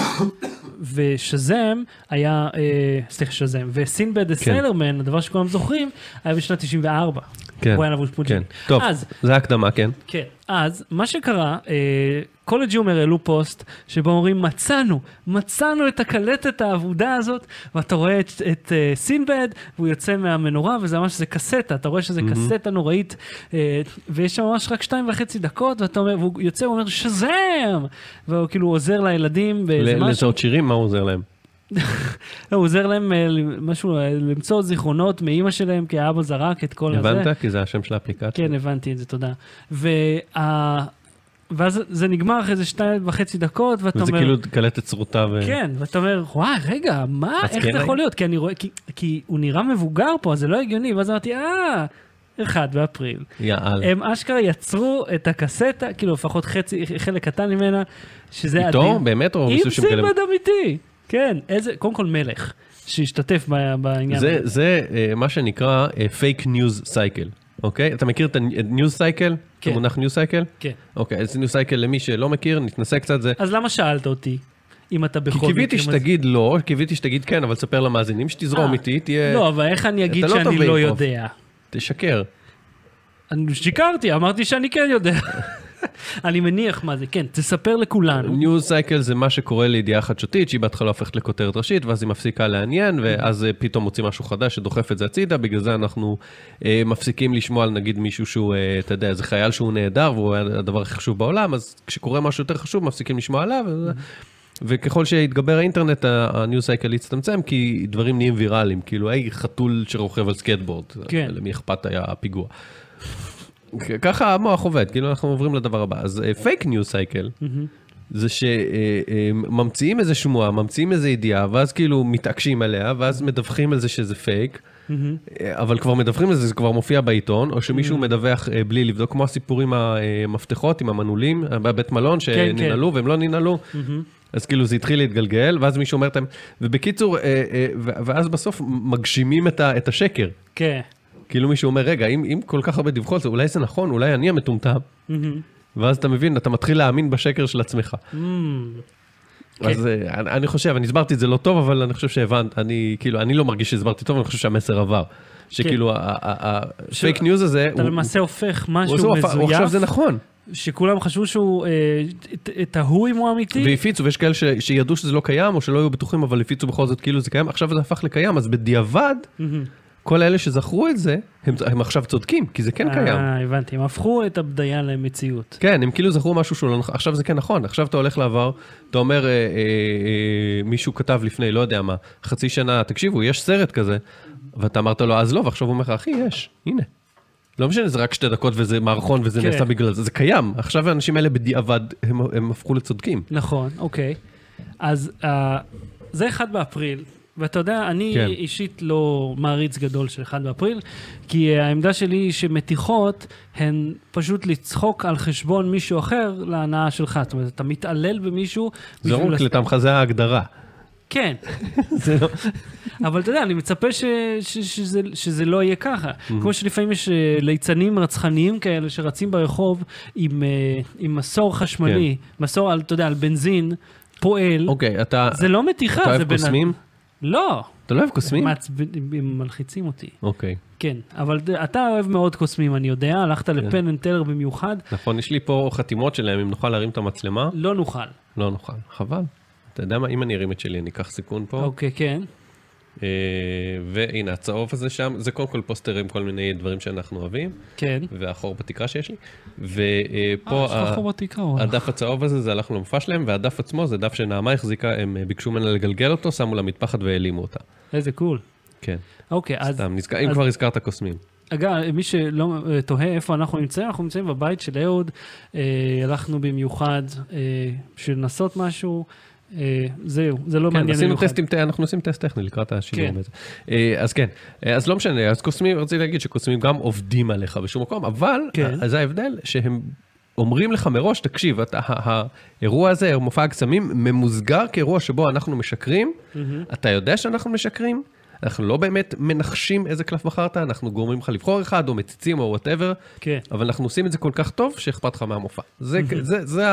ושזם היה, סליחה, שזם, וסינבד הסלרמן, הדבר שכולם זוכרים, היה בשנת תשעים וארבע. כן, הוא היה לבוש פוג'ין. טוב, זה הקדמה, כן. כן, אז מה שקרה, קולג' אומר העלו פוסט, שבו אומרים, מצאנו, מצאנו את הקלטת העבודה הזאת, ואתה רואה את, את uh, סינבד, והוא יוצא מהמנורה, וזה ממש, זה קסטה, אתה רואה שזה mm-hmm. קסטה נוראית, uh, ויש שם ממש רק שתיים וחצי דקות, ואתה אומר, והוא יוצא, הוא אומר, שזם! והוא כאילו עוזר לילדים באיזה משהו. לצעות שירים, מה הוא עוזר להם? הוא עוזר להם משהו, למצוא זיכרונות מאמא שלהם, כי האבא זרק את כל הזה. הבנת? כי זה השם של האפליקציה. כן, הבנתי את זה, תודה. וה... ואז זה נגמר אחרי זה שתיים וחצי דקות, ואתה אומר... וזה כאילו קלטת צרותה ו... כן, ואתה אומר, וואי, רגע, מה? איך זה יכול להיות? כי אני רואה, כי הוא נראה מבוגר פה, אז זה לא הגיוני, ואז אמרתי, אה, אחד באפריל. יאללה. הם אשכרה יצרו את הקסטה, כאילו לפחות חצי, חלק קטן ממנה, שזה... איתו? באמת? או עם סינבד אמיתי. כן, איזה, קודם כל מלך, שהשתתף בעניין. זה, זה מה שנקרא פייק ניוז סייקל. אוקיי? אתה מכיר את ניוז סייקל? כן. את המונח ניוז סייקל? כן. אוקיי, אז ניוז סייקל למי שלא מכיר, נתנסה קצת זה. אז למה שאלת אותי? אם אתה בכל... כי קיוויתי שתגיד לא, קיוויתי שתגיד כן, אבל תספר למאזינים שתזרום איתי, תהיה... לא, אבל איך אני אגיד שאני לא יודע? תשקר. אני שיקרתי, אמרתי שאני כן יודע. אני מניח מה זה, כן, תספר לכולנו. ניוז סייקל זה מה שקורה לידיעה חדשותית, שהיא בהתחלה הופכת לכותרת ראשית, ואז היא מפסיקה לעניין, ואז פתאום מוציא משהו חדש שדוחף את זה הצידה, בגלל זה אנחנו אה, מפסיקים לשמוע על נגיד מישהו שהוא, אה, אתה יודע, זה חייל שהוא נהדר, והוא הדבר הכי חשוב בעולם, אז כשקורה משהו יותר חשוב, מפסיקים לשמוע עליו, ו... וככל שהתגבר האינטרנט, הניוז סייקל יצטמצם, כי דברים נהיים ויראליים, כאילו, היי, חתול שרוכב על סקייטבורד, כן. למי אכפת היה הפיגוע. ככה המוח עובד, כאילו אנחנו עוברים לדבר הבא. אז פייק ניוז סייקל, זה שממציאים איזה שמועה, ממציאים איזה ידיעה, ואז כאילו מתעקשים עליה, ואז מדווחים על זה שזה פייק, אבל כבר מדווחים על זה, זה כבר מופיע בעיתון, או שמישהו מדווח בלי לבדוק, כמו הסיפורים המפתחות עם המנעולים, בבית מלון שננעלו והם לא ננעלו, אז כאילו זה התחיל להתגלגל, ואז מישהו אומר להם, ובקיצור, ואז בסוף מגשימים את השקר. כן. כאילו מישהו אומר, רגע, אם, אם כל כך הרבה דיווחו על זה, אולי זה נכון, אולי אני המטומטם. Mm-hmm. ואז אתה מבין, אתה מתחיל להאמין בשקר של עצמך. Mm-hmm. אז okay. אני, אני חושב, אני הסברתי את זה לא טוב, אבל אני חושב שהבנת, אני, כאילו, אני לא מרגיש שהסברתי טוב, אני חושב שהמסר עבר. שכאילו, הפייק ניוז הזה... אתה למעשה הופך משהו מזויף. הוא עכשיו זה נכון. שכולם חשבו שהוא, את ההוא אם הוא אמיתי. והפיצו, ויש כאלה שידעו שזה לא קיים, או שלא היו בטוחים, אבל הפיצו בכל זאת כאילו זה קיים. עכשיו זה הפך לקיים, אז בדיעבד, כל האלה שזכרו את זה, הם, הם עכשיו צודקים, כי זה כן קיים. אה, הבנתי, הם הפכו את הבדיה למציאות. כן, הם כאילו זכרו משהו שהוא לא נכון, עכשיו זה כן נכון, עכשיו אתה הולך לעבר, אתה אומר, אה, אה, אה, מישהו כתב לפני, לא יודע מה, חצי שנה, תקשיבו, יש סרט כזה, ואתה אמרת לו, אז לא, ועכשיו הוא אומר לך, אחי, יש, הנה. לא משנה, זה רק שתי דקות וזה מערכון וזה כן. נעשה בגלל זה, זה קיים. עכשיו האנשים האלה בדיעבד, הם, הם הפכו לצודקים. נכון, אוקיי. אז אה, זה אחד באפריל, ואתה יודע, אני כן. אישית לא מעריץ גדול של אחד באפריל, כי העמדה שלי היא שמתיחות הן פשוט לצחוק על חשבון מישהו אחר להנאה שלך. זאת אומרת, אתה מתעלל במישהו... זה רוק לטעמך, זה ההגדרה. כן. זה לא... אבל אתה יודע, אני מצפה ש... ש... שזה... שזה לא יהיה ככה. Mm-hmm. כמו שלפעמים יש ליצנים רצחניים כאלה שרצים ברחוב עם, עם מסור חשמלי, כן. מסור על, אתה יודע, על בנזין, פועל. אוקיי, אתה... זה לא מתיחה. אתה אוהב קוסמים? לא. אתה לא אוהב קוסמים? הם מלחיצים אותי. אוקיי. כן, אבל אתה אוהב מאוד קוסמים, אני יודע, הלכת לפן אנד טלר במיוחד. נכון, יש לי פה חתימות שלהם, אם נוכל להרים את המצלמה. לא נוכל. לא נוכל, חבל. אתה יודע מה, אם אני ארים את שלי, אני אקח סיכון פה. אוקיי, כן. והנה, הצהוב הזה שם, זה קודם כל פוסטר עם כל מיני דברים שאנחנו אוהבים. כן. והחור בתקרה שיש לי. ופה אה, יש לך חור בתקרה. הדף הצהוב הזה, זה הלך למופע שלהם, והדף עצמו זה דף שנעמה החזיקה, הם ביקשו ממנה לגלגל אותו, שמו לה מטפחת והעלימו אותה. איזה קול. כן. אוקיי, אז... סתם, אם כבר הזכרת קוסמים. אגב, מי שלא תוהה איפה אנחנו נמצאים, אנחנו נמצאים בבית של אהוד, הלכנו במיוחד בשביל לנסות משהו, זהו, זה לא מעניין במיוחד. אנחנו עושים טסט טכני לקראת השידור בזה. אז כן, אז לא משנה, אז קוסמים, רציתי להגיד שקוסמים גם עובדים עליך בשום מקום, אבל זה ההבדל שהם אומרים לך מראש, תקשיב, האירוע הזה, מופע הקסמים, ממוסגר כאירוע שבו אנחנו משקרים, אתה יודע שאנחנו משקרים, אנחנו לא באמת מנחשים איזה קלף בחרת, אנחנו גורמים לך לבחור אחד, או מציצים, או whatever, כן. אבל אנחנו עושים את זה כל כך טוב, שאכפת לך מהמופע. זה, זה, זה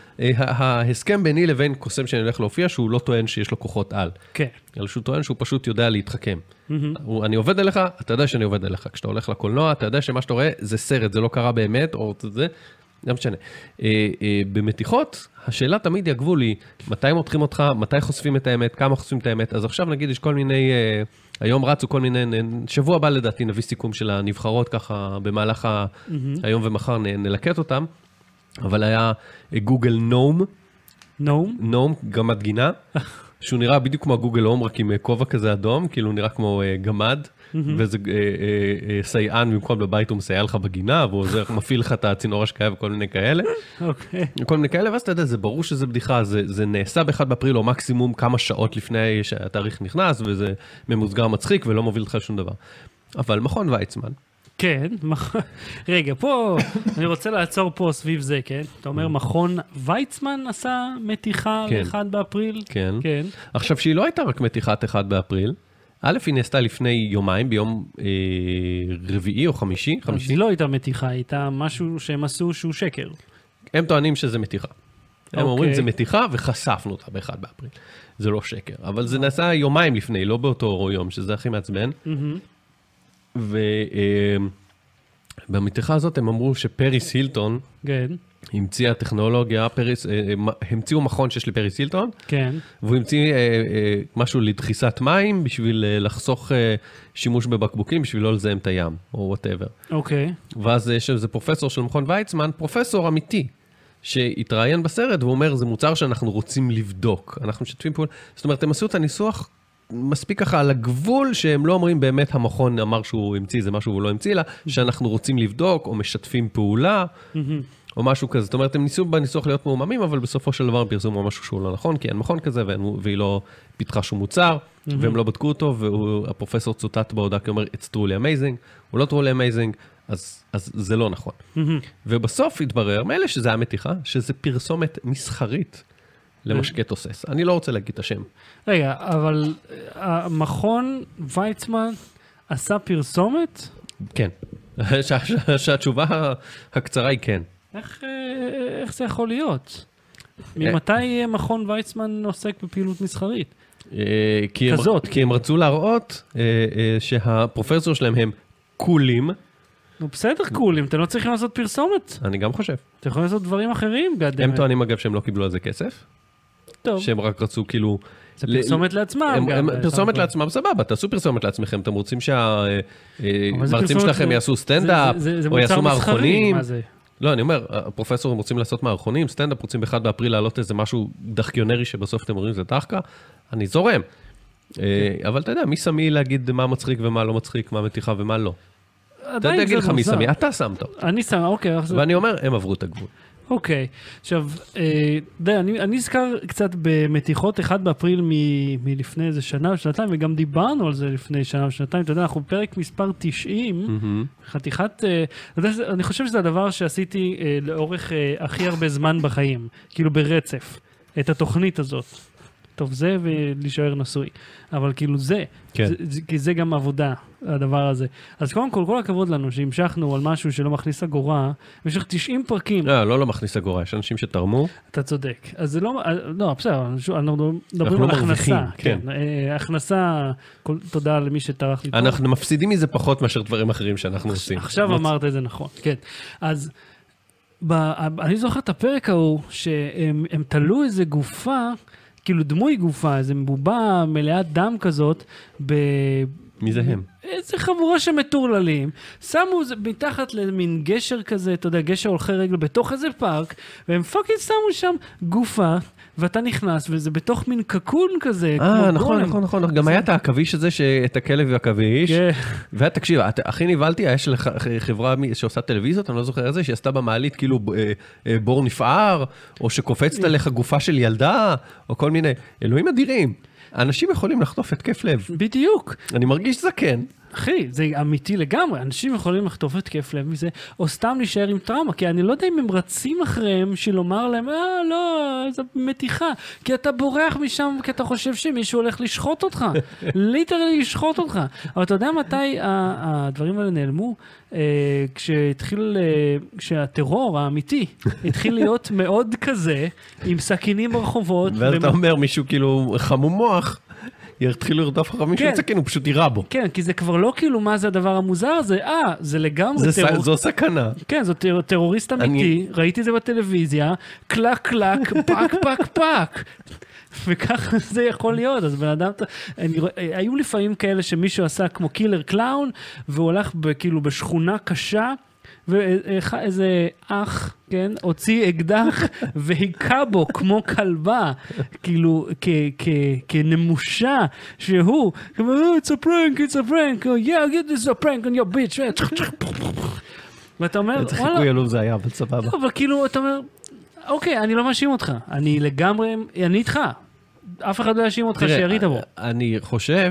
ההסכם ביני לבין קוסם שאני הולך להופיע, שהוא לא טוען שיש לו כוחות על. כן. אלא שהוא טוען שהוא פשוט יודע להתחכם. אני עובד עליך, אתה יודע שאני עובד עליך. כשאתה הולך לקולנוע, אתה יודע שמה שאתה רואה זה סרט, זה לא קרה באמת, או זה, לא משנה. במתיחות, השאלה תמיד יגבו לי, מתי מותחים אותך, מתי חושפים את האמת, כמה חושפים את האמת. אז עכשיו נגיד, יש כל מיני, היום רצו כל מיני, שבוע הבא לדעתי נביא סיכום של הנבחרות ככה, במהלך היום ומחר נלקט אותם, אבל היה גוגל נום. נום? נום, גמד גינה, שהוא נראה בדיוק כמו הגוגל הום, רק עם כובע כזה אדום, כאילו נראה כמו גמד, וזה סייען במקום בבית הוא מסייע לך בגינה, והוא מפעיל לך את הצינור השקעה וכל מיני כאלה. אוקיי. כל מיני כאלה, ואז אתה יודע, זה ברור שזה בדיחה, זה נעשה באחד באפריל, או מקסימום כמה שעות לפני שהתאריך נכנס, וזה ממוסגר מצחיק ולא מוביל לך שום דבר. אבל מכון ויצמן. כן, רגע, פה אני רוצה לעצור פה סביב זה, כן? אתה אומר, מכון ויצמן עשה מתיחה ל-אחד באפריל? כן. עכשיו, שהיא לא הייתה רק מתיחת אחד באפריל, א', היא נעשתה לפני יומיים, ביום אה, רביעי או חמישי. אז היא לא הייתה מתיחה, היא הייתה משהו שהם עשו שהוא שקר. הם טוענים שזה מתיחה. הם okay. אומרים, זה מתיחה וחשפנו אותה באחד באפריל. זה לא שקר, אבל זה נעשה יומיים לפני, לא באותו יום, שזה הכי מעצבן. Mm-hmm. ובמתיחה אה, הזאת הם אמרו שפריס הילטון, כן. המציאה טכנולוגיה, פריס, המציאו מכון שיש לפריס הילטון, כן. והוא המציא משהו לדחיסת מים, בשביל לחסוך שימוש בבקבוקים, בשביל לא לזהם את הים, או whatever. אוקיי. ואז יש איזה פרופסור של מכון ויצמן, פרופסור אמיתי, שהתראיין בסרט, והוא אומר, זה מוצר שאנחנו רוצים לבדוק. אנחנו משתפים פעולה. זאת אומרת, הם עשו את הניסוח מספיק ככה על הגבול, שהם לא אומרים באמת המכון אמר שהוא המציא, זה משהו והוא לא המציא לה, שאנחנו רוצים לבדוק, או משתפים פעולה, או משהו כזה. זאת אומרת, הם ניסו בניסוח להיות מאוממים, אבל בסופו של דבר הם פרסמו משהו שהוא לא נכון, כי אין מכון כזה, והיא לא פיתחה שום מוצר, והם לא בדקו אותו, והפרופסור צוטט בהודעה, כי הוא אומר, it's truly amazing, הוא לא truly amazing, אז, אז זה לא נכון. ובסוף התברר, מאלה שזה היה מתיחה, שזה פרסומת מסחרית למשקה תוסס. אני לא רוצה להגיד את השם. רגע, אבל המכון ויצמן עשה פרסומת? כן. שהתשובה הקצרה היא כן. איך, איך זה יכול להיות? ממתי מכון ויצמן עוסק בפעילות מסחרית? כזאת. כי הם רצו להראות שהפרופסור שלהם הם קולים. נו, בסדר קולים, אתם לא צריכים לעשות פרסומת. אני גם חושב. אתם יכולים לעשות דברים אחרים, גדם. הם טוענים אגב שהם לא קיבלו על זה כסף. טוב. שהם רק רצו כאילו... זה פרסומת לעצמם. פרסומת לעצמם, סבבה, תעשו פרסומת לעצמכם, אתם רוצים שהמרצים שלכם יעשו סטנדאפ, או יעשו מערכונים. לא, אני אומר, הפרופסורים רוצים לעשות מערכונים, סטנדאפ רוצים באחד באפריל לעלות איזה משהו דחקיונרי שבסוף אתם אומרים, זה דחקה, אני זורם. אבל אתה יודע, מי שמי להגיד מה מצחיק ומה לא מצחיק, מה מתיחה ומה לא. אתה יודע, אגיד לך מי שמי, אתה שמת. אני שם, אוקיי. ואני אומר, הם עברו את הגבול. אוקיי, עכשיו, די, אני, אני אזכר קצת במתיחות אחד באפריל מ, מלפני איזה שנה או שנתיים, וגם דיברנו על זה לפני שנה או שנתיים, אתה יודע, אנחנו בפרק מספר תשעים, mm-hmm. חתיכת, אתה יודע, אני חושב שזה הדבר שעשיתי לאורך הכי הרבה זמן בחיים, כאילו ברצף, את התוכנית הזאת. טוב, זה ולהישאר נשוי. אבל כאילו זה, כן. זה, זה, כי זה גם עבודה, הדבר הזה. אז קודם כל, כל הכבוד לנו שהמשכנו על משהו שלא מכניס אגורה, במשך תשעים פרקים. לא, לא, לא מכניס אגורה, יש אנשים שתרמו. אתה צודק. אז זה לא, לא, בסדר, אנחנו מדברים על הכנסה. כן. כן. הכנסה, כל, תודה למי שטרח לי. אנחנו מפסידים מזה פחות מאשר דברים אחרים שאנחנו עושים. עכשיו אמרת את זה נכון, כן. אז, ב, אני זוכר את הפרק ההוא, שהם תלו איזה גופה, כאילו דמוי גופה, איזה מבובה מלאת דם כזאת, ב... מי זה הם? איזה חבורה שמטורללים, שמו זה מתחת למין גשר כזה, אתה יודע, גשר הולכי רגל בתוך איזה פארק, והם פאקינג שמו שם גופה, ואתה נכנס, וזה בתוך מין קקון כזה, אה, נכון, נכון, נכון, גם היה את העכביש הזה, את הכלב והעכביש, ותקשיב, הכי נבלתי, יש לך חברה שעושה טלוויזיות, אני לא זוכר איזה, שעשתה במעלית כאילו בור נפער, או שקופצת עליך גופה של ילדה, או כל מיני, אלוהים אדירים. אנשים יכולים לחטוף התקף לב. בדיוק. אני מרגיש זקן. אחי, זה אמיתי לגמרי. אנשים יכולים לחטוף התקף לב מזה, או סתם להישאר עם טראומה, כי אני לא יודע אם הם רצים אחריהם, שלומר להם, אה, לא, זה מתיחה. כי אתה בורח משם, כי אתה חושב שמישהו הולך לשחוט אותך. ליטרלי לשחוט אותך. אבל אתה יודע מתי הדברים האלה נעלמו? כשהתחיל, כשהטרור האמיתי התחיל להיות מאוד כזה, עם סכינים ברחובות. ואז אתה אומר, מישהו כאילו חמום מוח, יתחילו לרדוף אחריו מישהו סכין, הוא פשוט יירה בו. כן, כי זה כבר לא כאילו מה זה הדבר המוזר הזה, אה, זה לגמרי טרור. זו סכנה. כן, זו טרוריסט אמיתי, ראיתי את זה בטלוויזיה, קלק קלק, פק פק פק. וככה זה יכול להיות, אז בן אדם, אני, היו לפעמים כאלה שמישהו עשה כמו קילר קלאון, והוא הולך כאילו בשכונה קשה, ואיזה אח, כן, הוציא אקדח והיכה בו כמו כלבה, כאילו כנמושה, שהוא, it's a prank, it's a prank, yeah, get this a prank on your bitch, ואתה אומר, איזה חיקוי עלוב זה היה, אבל סבבה. אבל כאילו, אתה אומר, אוקיי, אני לא מאשים אותך, אני לגמרי, אני איתך. אף אחד לא יאשים אותך שירית בו. אני חושב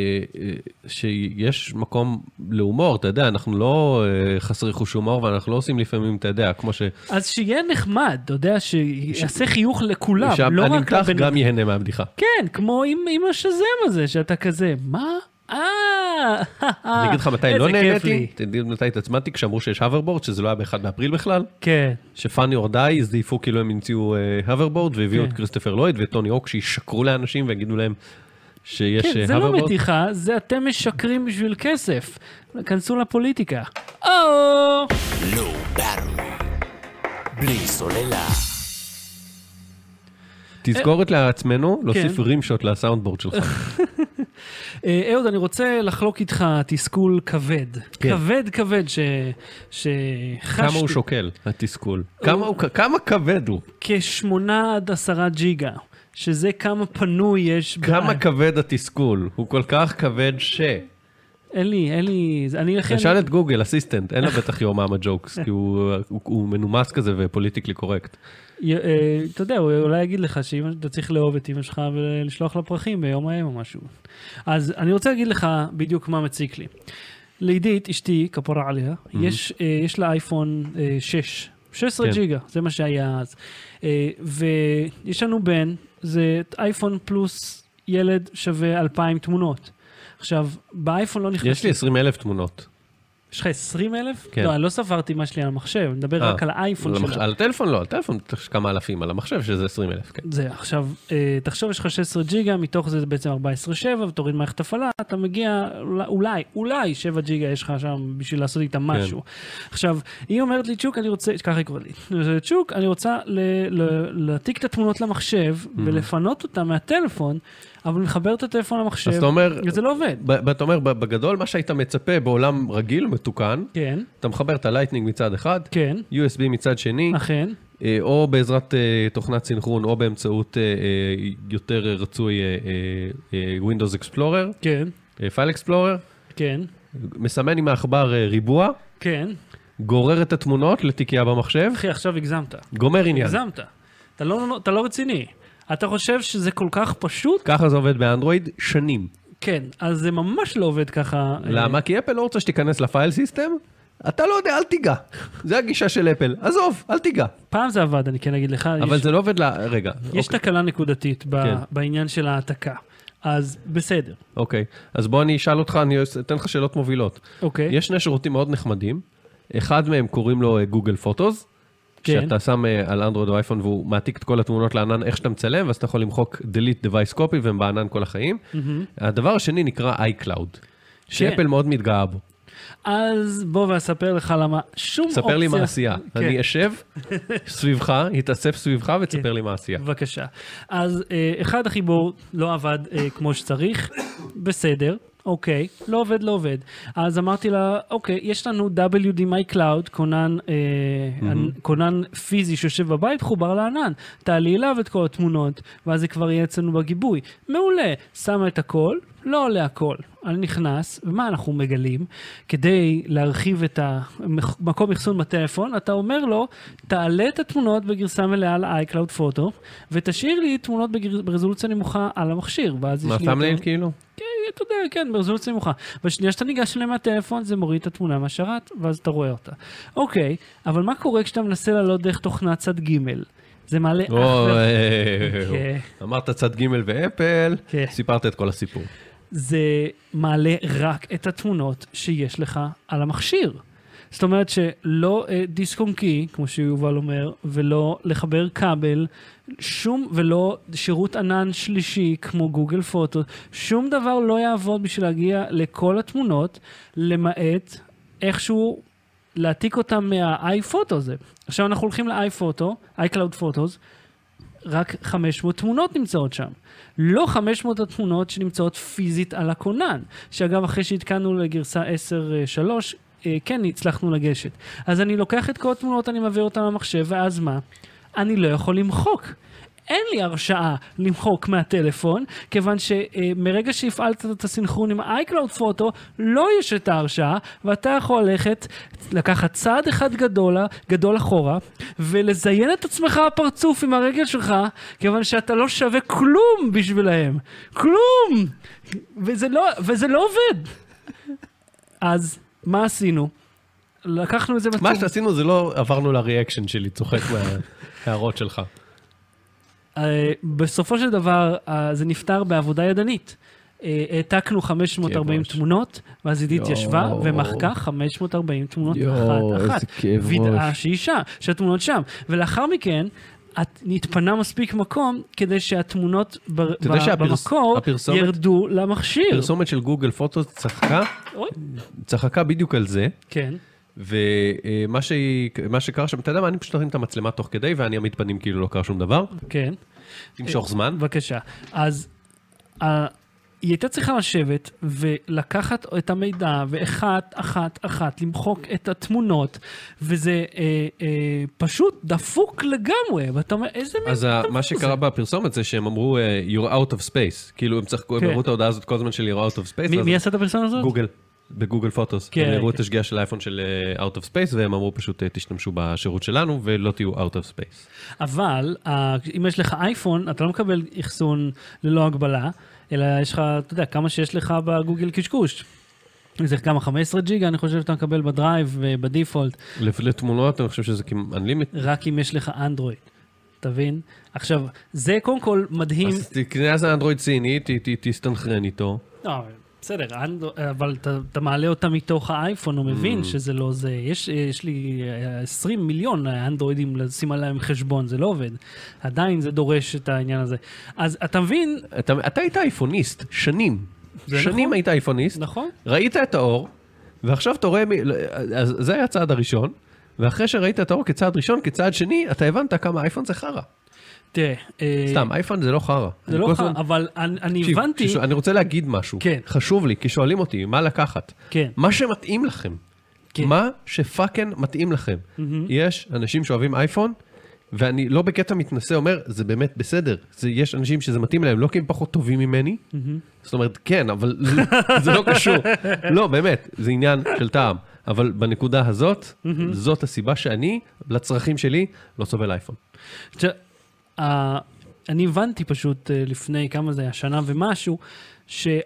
שיש מקום להומור, אתה יודע, אנחנו לא חסרי חוש הומור, ואנחנו לא עושים לפעמים, אתה יודע, כמו ש... אז שיהיה נחמד, אתה יודע, שיעשה חיוך לכולם, לא רק... הנמתח גם יהנה מהבדיחה. כן, כמו עם השזם הזה, שאתה כזה, מה? אה, אני אגיד לך מתי לא נהניתי, תדעי מתי התעצמנתי, כשאמרו שיש הוברבורד, שזה לא היה באחד באפריל בכלל, כן. שפאני אורדאי הזדייפו כאילו הם המציאו הוברבורד, והביאו את כריסטופר לויד וטוני הוק, שישקרו לאנשים ויגידו להם שיש הוברבורד. כן, זה לא מתיחה, זה אתם משקרים בשביל כסף. כנסו לפוליטיקה. או! לא באטרי. בלי סוללה. תזכורת לעצמנו, להוסיף רימשוט לסאונדבורד שלך. אהוד, אני רוצה לחלוק איתך תסכול כבד. כבד כבד שחשתי. כמה הוא שוקל, התסכול? כמה כבד הוא? כשמונה עד עשרה ג'יגה, שזה כמה פנוי יש. כמה כבד התסכול? הוא כל כך כבד ש... אין לי, אין לי... אני לכן... נשאל את גוגל, אסיסטנט, אין לה בטח יוממה ג'וקס, כי הוא מנומס כזה ופוליטיקלי קורקט. אתה יודע, הוא אולי יגיד לך שאתה צריך לאהוב את אמא שלך ולשלוח לה פרחים ביום ההם או משהו. אז אני רוצה להגיד לך בדיוק מה מציק לי. לידית, אשתי, כפרה עליה, יש לה אייפון שש, שש עשרה ג'יגה, זה מה שהיה אז. ויש לנו בן, זה אייפון פלוס ילד שווה אלפיים תמונות. עכשיו, באייפון לא נכנס... יש לי עשרים אלף תמונות. יש לך עשרים אלף? כן. לא, אני לא ספרתי מה שלי על המחשב, אני מדבר רק על האייפון שלו. על הטלפון לא, על הטלפון יש כמה אלפים, על המחשב שזה עשרים אלף, כן. זה, עכשיו, תחשוב, יש לך שש עשרה ג'יגה, מתוך זה בעצם ארבע עשרה שבע, ותוריד מערכת הפעלה, אתה מגיע, אולי, אולי שבע ג'יגה יש לך שם בשביל לעשות איתה משהו. עכשיו, היא אומרת לי, צ'וק, אני רוצה, ככה היא קוראת לי, צ'וק, אני רוצה להעתיק את התמונות למחשב, ולפנות אותה מהטלפון, אבל מחבר את הטלפון למחשב, וזה לא עובד. אתה אומר, בגדול, מה שהיית מצפה בעולם רגיל, מתוקן, כן. אתה מחבר את הלייטנינג מצד אחד, כן. יו אס בי מצד שני, אכן. או בעזרת תוכנת סינכרון, או באמצעות יותר רצוי Windows Explorer, כן. File Explorer, כן. מסמן עם העכבר ריבוע, כן. גורר את התמונות לתיקייה במחשב, אחי, עכשיו הגזמת. גומר עניין. הגזמת. אתה לא, אתה לא רציני. אתה חושב שזה כל כך פשוט? ככה זה עובד באנדרואיד שנים. כן, אז זה ממש לא עובד ככה. למה? כי אפל לא רוצה שתיכנס לפייל סיסטם, אתה לא יודע, אל תיגע. זה הגישה של אפל. עזוב, אל תיגע. פעם זה עבד, אני כן אגיד לך. אבל זה לא עובד ל... רגע. יש תקלה נקודתית בעניין של ההעתקה. אז בסדר. אוקיי. אז בוא אני אשאל אותך, אני אתן לך שאלות מובילות. אוקיי. יש שני שירותים מאוד נחמדים. אחד מהם קוראים לו גוגל פוטוס. שאתה שם על אנדרואיד או אייפון והוא מעתיק את כל התמונות לענן איך שאתה מצלם, ואז אתה יכול למחוק delete device copy והם בענן כל החיים. הדבר השני נקרא iCloud, שאפל מאוד מתגאה בו. אז בוא ואספר לך למה שום אופציה... ספר לי מה עשייה. כן. אני אשב סביבך, יתאסף סביבך ותספר לי מה עשייה. בבקשה. אז אה, אחד החיבור לא עבד אה, כמו שצריך, בסדר. אוקיי, לא עובד, לא עובד. אז אמרתי לה, אוקיי, יש לנו דאבליו די מיי קלאוד, כונן, אה, mm-hmm. כונן פיזי שיושב בבית, חובר לענן. תעלי אליו את כל התמונות, ואז זה כבר יהיה אצלנו בגיבוי. מעולה, שמה את הכל, לא עולה הכל. אני נכנס, ומה אנחנו מגלים? כדי להרחיב את המקום אחסון בטלפון, אתה אומר לו, תעלה את התמונות בגרסה מלאה ל-iCloud פוטו, ותשאיר לי תמונות בגר... ברזולוציה נמוכה על המכשיר. מה, תמליל כאילו? כן, אתה יודע, כן, ברזולוציה נמוכה. בשנייה שאתה ניגש אליהם מהטלפון, זה מוריד את התמונה מהשרת, ואז אתה רואה אותה. אוקיי, אבל מה קורה כשאתה מנסה לעלות דרך תוכנת צד ג'? זה מעלה אחלה... אמרת צד ג' ואפל, סיפרת את כל הסיפור. זה מעלה רק את התמונות שיש לך על המכשיר. זאת אומרת שלא דיסק און קי, כמו שיובל אומר, ולא לחבר כבל, שום ולא שירות ענן שלישי כמו גוגל פוטו, שום דבר לא יעבוד בשביל להגיע לכל התמונות, למעט איכשהו להעתיק אותם מהאי פוטו הזה. עכשיו אנחנו הולכים לאי פוטו, iCloud Photos, רק חמש מאות תמונות נמצאות שם. לא חמש מאות התמונות שנמצאות פיזית על הכונן, שאגב אחרי שהתקנו לגרסה עשר נקודה שלוש, כן הצלחנו לגשת. אז אני לוקח את כל התמונות, אני מעביר אותן למחשב, ואז מה? אני לא יכול למחוק. אין לי הרשאה למחוק מהטלפון, כיוון שמרגע שהפעלת את הסינכרון עם iCloud Photo, לא יש את ההרשאה, ואתה יכול ללכת, לקחת צעד אחד גדולה, גדול אחורה, ולזיין את עצמך הפרצוף עם הרגל שלך, כיוון שאתה לא שווה כלום בשבילהם. כלום! וזה לא, וזה לא עובד. אז מה עשינו? לקחנו את זה בצורה... מה שעשינו זה לא עברנו לריאקשן שלי, צוחק מההערות שלך. בסופו של דבר זה נפתר בעבודה ידנית. העתקנו חמש מאות וארבעים תמונות, ואז עידית ישבה ומחקה חמש מאות וארבעים תמונות אחת-אחת. וידאה שאישה, שהתמונות שם. ולאחר מכן, נתפנה מספיק מקום כדי שהתמונות במקור ירדו למכשיר. הפרסומת של גוגל פוטו צחקה, צחקה בדיוק על זה. כן. ומה שקרה שם, אתה יודע מה, אני פשוט נרים את המצלמה תוך כדי, ואני עמיד פנים כאילו לא קרה שום דבר. כן. תמשוך זמן. בבקשה. אז היא הייתה צריכה לשבת ולקחת את המידע, ואחת, אחת, אחת, למחוק את התמונות, וזה פשוט דפוק לגמרי, ואתה אומר, איזה מידע זה? אז מה שקרה בפרסומת זה שהם אמרו, you're out of space, כאילו הם צחקו, הם אמרו את ההודעה הזאת כל הזמן של you're out of space. מי עשה את הפרסומת הזאת? גוגל. בגוגל פוטוס, הם הראו את השגיאה של האייפון של Out of Space, והם אמרו פשוט תשתמשו בשירות שלנו, ולא תהיו Out of Space. אבל, אם יש לך אייפון, אתה לא מקבל אחסון ללא הגבלה, אלא יש לך, אתה יודע, כמה שיש לך בגוגל קשקוש. זה כמה חמש עשרה ג'יגה, אני חושב שאתה מקבל בדרייב ובדיפולט. לתמונות, אני חושב שזה unlimited. רק אם יש לך אנדרואיד. תבין? עכשיו, זה קודם כל מדהים. אז תקנה איזה אנדרואיד סיני, תסתנכרן איתו. לא, בסדר, אבל אתה, אתה מעלה אותה מתוך האייפון, הוא מבין mm. שזה לא זה. יש, יש לי עשרים מיליון אנדרואידים לשים עליהם חשבון, זה לא עובד. עדיין זה דורש את העניין הזה. אז אתה מבין... אתה, אתה היית אייפוניסט, שנים. שנים נכון? היית אייפוניסט. נכון. ראית את האור, ועכשיו אתה רואה... אז זה היה הצעד הראשון, ואחרי שראית את האור כצעד ראשון, כצעד שני, אתה הבנת כמה אייפון זה חרא. תראה... סתם, אייפון זה לא חרא. זה לא חרא, אבל אני הבנתי... אני רוצה להגיד משהו. חשוב לי, כי שואלים אותי, מה לקחת? מה שמתאים לכם. מה שפאקן מתאים לכם. יש אנשים שאוהבים אייפון, ואני לא בקטע מתנסה אומר, זה באמת בסדר. יש אנשים שזה מתאים להם, לא כי הם פחות טובים ממני. זאת אומרת, כן, אבל זה לא קשור. לא, באמת, זה עניין של טעם. אבל בנקודה הזאת, זאת הסיבה שאני, לצרכים שלי, לא סובל אייפון. Uh, אני הבנתי פשוט uh, לפני כמה זה היה, שנה ומשהו,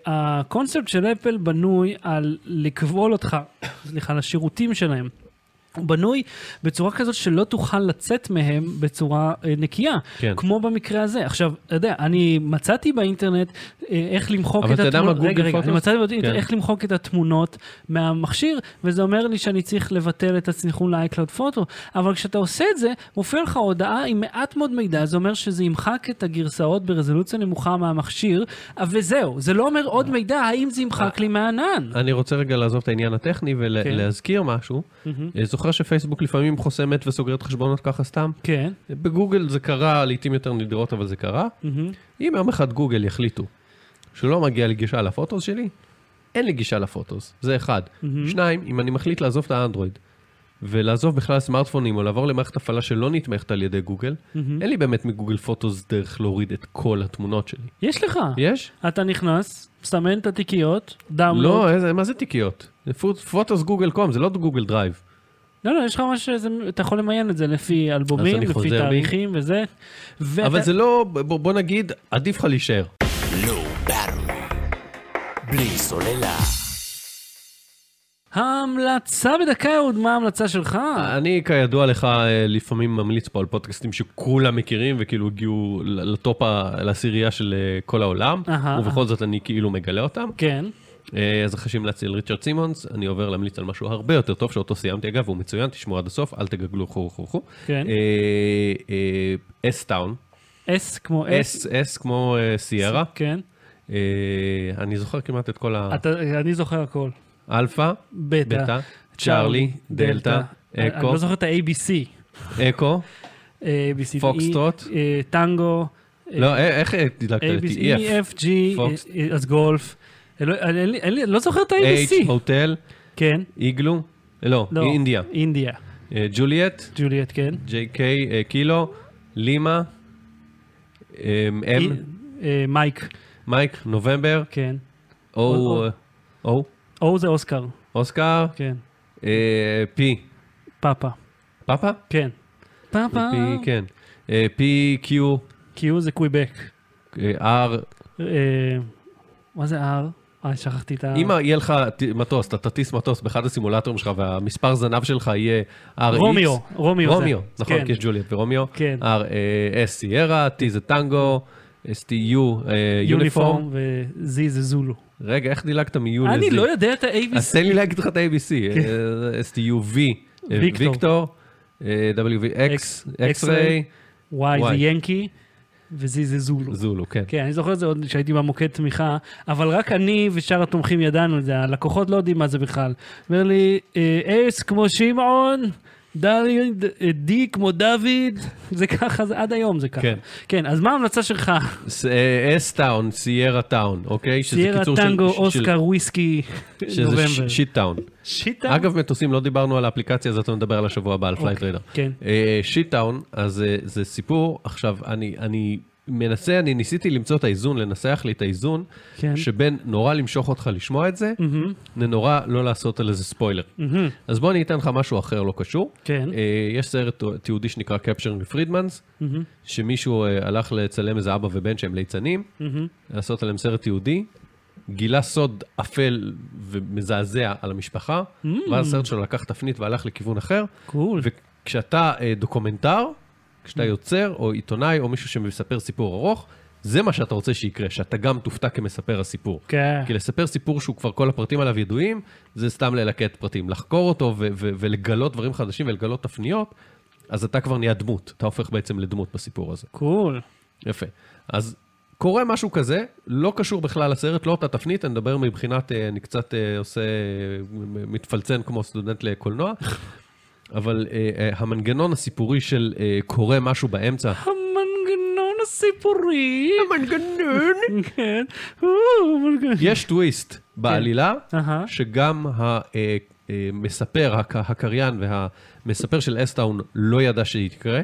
שהקונספט של אפל בנוי על לקבול אותך, סליחה, לשירותים שלהם. הוא בנוי בצורה כזאת שלא תוכל לצאת מהם בצורה אה, נקייה, כן. כמו במקרה הזה. עכשיו, אתה יודע, אני מצאתי באינטרנט אה, איך למחוק אבל את אתה יודע מה התמונות, גוגל רגע, רגע, פוטוס? אני מצאתי באינטרנט כן. איך למחוק את התמונות מהמכשיר, וזה אומר לי שאני צריך לבטל את הסנכרון ל-iCloud פוטו, אבל כשאתה עושה את זה, מופיע לך הודעה עם מעט מאוד מידע, זה אומר שזה ימחק את הגרסאות ברזולוציה נמוכה מהמכשיר, וזהו, זה לא אומר עוד מידע, האם זה ימחק לי מהענן. אני רוצה רגע לעזוב את העניין הטכני ולהזכיר משהו. זוכר שפייסבוק לפעמים חוסמת וסוגרת חשבונות ככה סתם? כן. בגוגל זה קרה, לעתים יותר נדירות, אבל זה קרה. אם יום אחד גוגל יחליטו שלא מגיע לי גישה לפוטוס שלי, אין לי גישה לפוטוס. זה אחד. שניים, אם אני מחליט לעזוב את האנדרואיד, ולעזוב בכלל סמארטפונים, או לעבור למערכת הפעלה שלא נתמכת על ידי גוגל, אין לי באמת מגוגל פוטוס דרך להוריד את כל התמונות שלי. יש לך. יש? אתה נכנס, מסמן את התיקיות, דאונלוד. לא, איזה, מה זה תיקיות? פוטוס גוגל קום, זה לא גוגל דרייב. לא, לא, יש לך ממש, אתה יכול למיין את זה לפי אלבומים, לפי תאריכים וזה. אבל זה לא, בוא נגיד, עדיף לך להישאר. Low Battery. בלי סוללה. ההמלצה בדקה, אהוד, מה ההמלצה שלך? אני, כידוע לך, לפעמים ממליץ פה על פודקאסטים שכולם מכירים, וכאילו הגיעו לטופ, לעשירייה של כל העולם, ובכל זאת אני כאילו מגלה אותם. כן. אז אחרי שהמלצתי על ריצ'רד סימונס, אני עובר להמליץ על משהו הרבה יותר טוב, שאותו סיימתי, אגב, הוא מצוין, תשמעו עד הסוף, אל תגגלו חור חור חור. כן. אס-טאון. אס כמו אס. אס כמו סיירה. כן. אני זוכר כמעט את כל ה... אני זוכר הכל. אלפא, בטא, צ'ארלי, דלטה, אקו. אני לא זוכר את ה-איי בי סי. אקו, איי בי סי, פוקסטרוט. טנגו. לא, איך דילגת לי? אי אף ג'י, אז גולף. אני לא זוכר את ה-איי בי סי. H, הוטל. כן. איגלו. לא, אינדיה. אינדיה. ג'וליאט. ג'וליאט, כן. ג'יי קיי, קילו. לימה. אם. מייק. מייק, נובמבר. כן. או. או. או זה אוסקר. אוסקר. כן. פי. פאפה. פאפה? כן. פאפה. פי, כן. פי, קיו. קיו זה קוויבק. אר. מה זה אר? אה, שכחתי את ה... אם יהיה לך מטוס, אתה תטיס מטוס באחד הסימולטורים שלך, והמספר זנב שלך יהיה אר איקס. רומיו. רומיו זה. רומיו, נכון, כי יש ג'וליאט ורומיו. כן. אר אס סיירה, T זה טנגו, אס טי יו יוניפורם. ו-Z זה זולו. רגע, איך דילגת מ-U ל-Z? אני לא יודע את ה-איי בי סי. אז תן לי להגיד לך את ה-איי בי סי. אס טי יו וי, ויקטור, דאבליו וי אקס, אקס-ריי, Y זה ינקי, ו-Z זה זולו. זולו, כן. כן, אני זוכר את זה עוד שהייתי במוקד תמיכה, אבל רק אני ושאר התומכים ידענו את זה, הלקוחות לא יודעים מה זה בכלל. אומר לי, אס כמו שמעון, די כמו דוד, זה ככה, עד היום זה ככה. כן. כן, אז מה ההמלצה שלך? אס-טאון, סיירה טאון, אוקיי? סיירה טנגו, אוסקר, וויסקי, נובמבר. שזה שיט טאון. שיט טאון? אגב, מטוסים, לא דיברנו על האפליקציה הזאת, נדבר על השבוע הבא, על פלייט ריידר. כן. שיט טאון, אז זה סיפור, עכשיו, אני מנסה, אני ניסיתי למצוא את האיזון, לנסח לי את האיזון, שבין נורא למשוך אותך לשמוע את זה, לנורא לא לעשות על איזה ספוילר. אז בוא אני אתן לך משהו אחר לא קשור. יש סרט תיעודי שנקרא Capturing the Freedmans, שמישהו הלך לצלם איזה אבא ובן שהם ליצנים, לעשות עליהם סרט תיעודי, גילה סוד אפל ומזעזע על המשפחה, ואז הסרט שלו לקח תפנית והלך לכיוון אחר. קול. וכשאתה דוקומנטר, כשאתה יוצר, או עיתונאי, או מישהו שמספר סיפור ארוך, זה מה שאתה רוצה שיקרה, שאתה גם תופתע כמספר הסיפור. כן. כי לספר סיפור שהוא כבר כל הפרטים עליו ידועים, זה סתם ללקט פרטים. לחקור אותו ו- ו- ולגלות דברים חדשים ולגלות תפניות, אז אתה כבר נהיה דמות. אתה הופך בעצם לדמות בסיפור הזה. קול. יפה. אז קורה משהו כזה, לא קשור בכלל לסרט, לא אותה תפנית, אני מדבר מבחינת, אני קצת עושה, מתפלצן כמו סטודנט לקולנוע, אבל uh, המנגנון הסיפורי של uh, קורה משהו באמצע. המנגנון הסיפורי. המנגנון. כן. יש טוויסט בעלילה, שגם המספר, הקריין והמספר של אס-טאון לא ידע שהיא תקרה.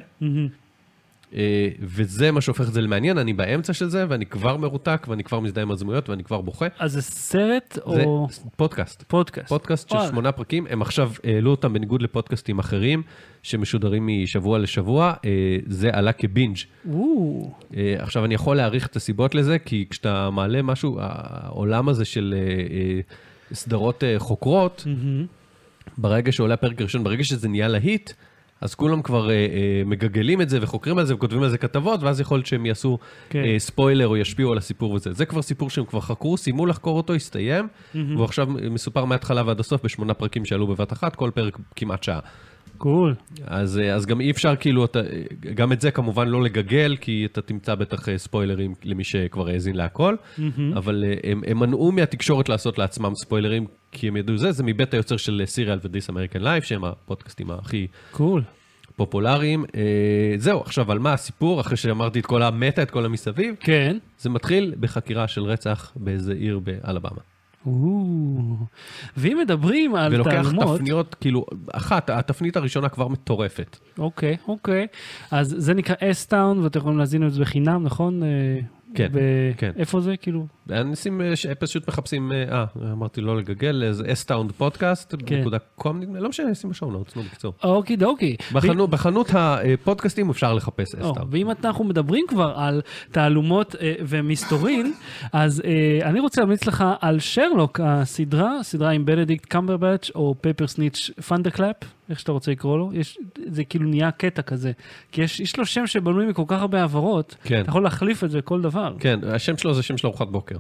וזה מה שהופך את זה למעניין, אני באמצע של זה, ואני כבר מרותק, ואני כבר מזדהה עם הדמויות, ואני כבר בוכה. אז זה סרט או... זה פודקאסט. פודקאסט. פודקאסט של שמונה פרקים, הם עכשיו העלו אותם בניגוד לפודקאסטים אחרים, שמשודרים משבוע לשבוע, זה עלה כבינג'. עכשיו אני יכול להעריך את הסיבות לזה, כי כשאתה מעלה משהו, העולם הזה של סדרות חוקרות, ברגע שעולה הפרק הראשון, ברגע שזה נהיה להיט, אז כולם כבר אה, אה, מגגלים את זה וחוקרים על זה וכותבים על זה כתבות, ואז יכול להיות שהם יעשו כן. אה, ספוילר או ישפיעו על הסיפור וזה. זה כבר סיפור שהם כבר חקרו, סיימו לחקור אותו, הסתיים, והוא עכשיו מסופר מההתחלה ועד הסוף בשמונה פרקים שעלו בבת אחת, כל פרק כמעט שעה. קול. אז, אה, אז גם אי אפשר כאילו, אתה, גם את זה כמובן לא לגגל, כי אתה תמצא בטח אה, ספוילרים למי שכבר האזין להכל, אבל אה, הם, הם מנעו מהתקשורת לעשות לעצמם ספוילרים, כי הם ידעו זה, זה מבית היוצר של סיריאל ודיס אמריקן לייף, שהם הפודקאסטים הכי קול. פופולריים. אה, זהו, עכשיו, על מה הסיפור? אחרי שאמרתי את כל המטה, את כל המסביב, כן. זה מתחיל בחקירה של רצח באיזה עיר באלבמה. ואם מדברים על ולוקח תעלומות... תפניות, כאילו, אחת, התפנית הראשונה כבר מטורפת. אוקיי, אוקיי. אז זה נקרא S-Town, ואתם יכולים להזין את זה בחינם, נכון? כן, ב... כן. איפה זה, כאילו? אנשים פשוט מחפשים, אה, אמרתי לא לגגל, זה S-Town פודקאסט, כן. נקודה קום, לא משנה, נשים בשעון, נוצנו בקצור. אוקיי, דוקי. בחנות, בחנות הפודקאסטים אפשר לחפש או, S-Town. ואם אנחנו מדברים כבר על תעלומות אה, ומסתורין, אז אה, אני רוצה להמליץ לך על שרלוק, הסדרה, סדרה עם בנדיקט קמברבץ' או פייפר סניץ' פנדרקלאפ, איך שאתה רוצה לקרוא לו, יש, זה כאילו נהיה קטע כזה, כי יש, יש לו שם שבנוי מכל כך הרבה העברות, כן. אתה יכול להחליף את זה כל דבר. כן, השם שלו זה שם של ארוחת בוקר.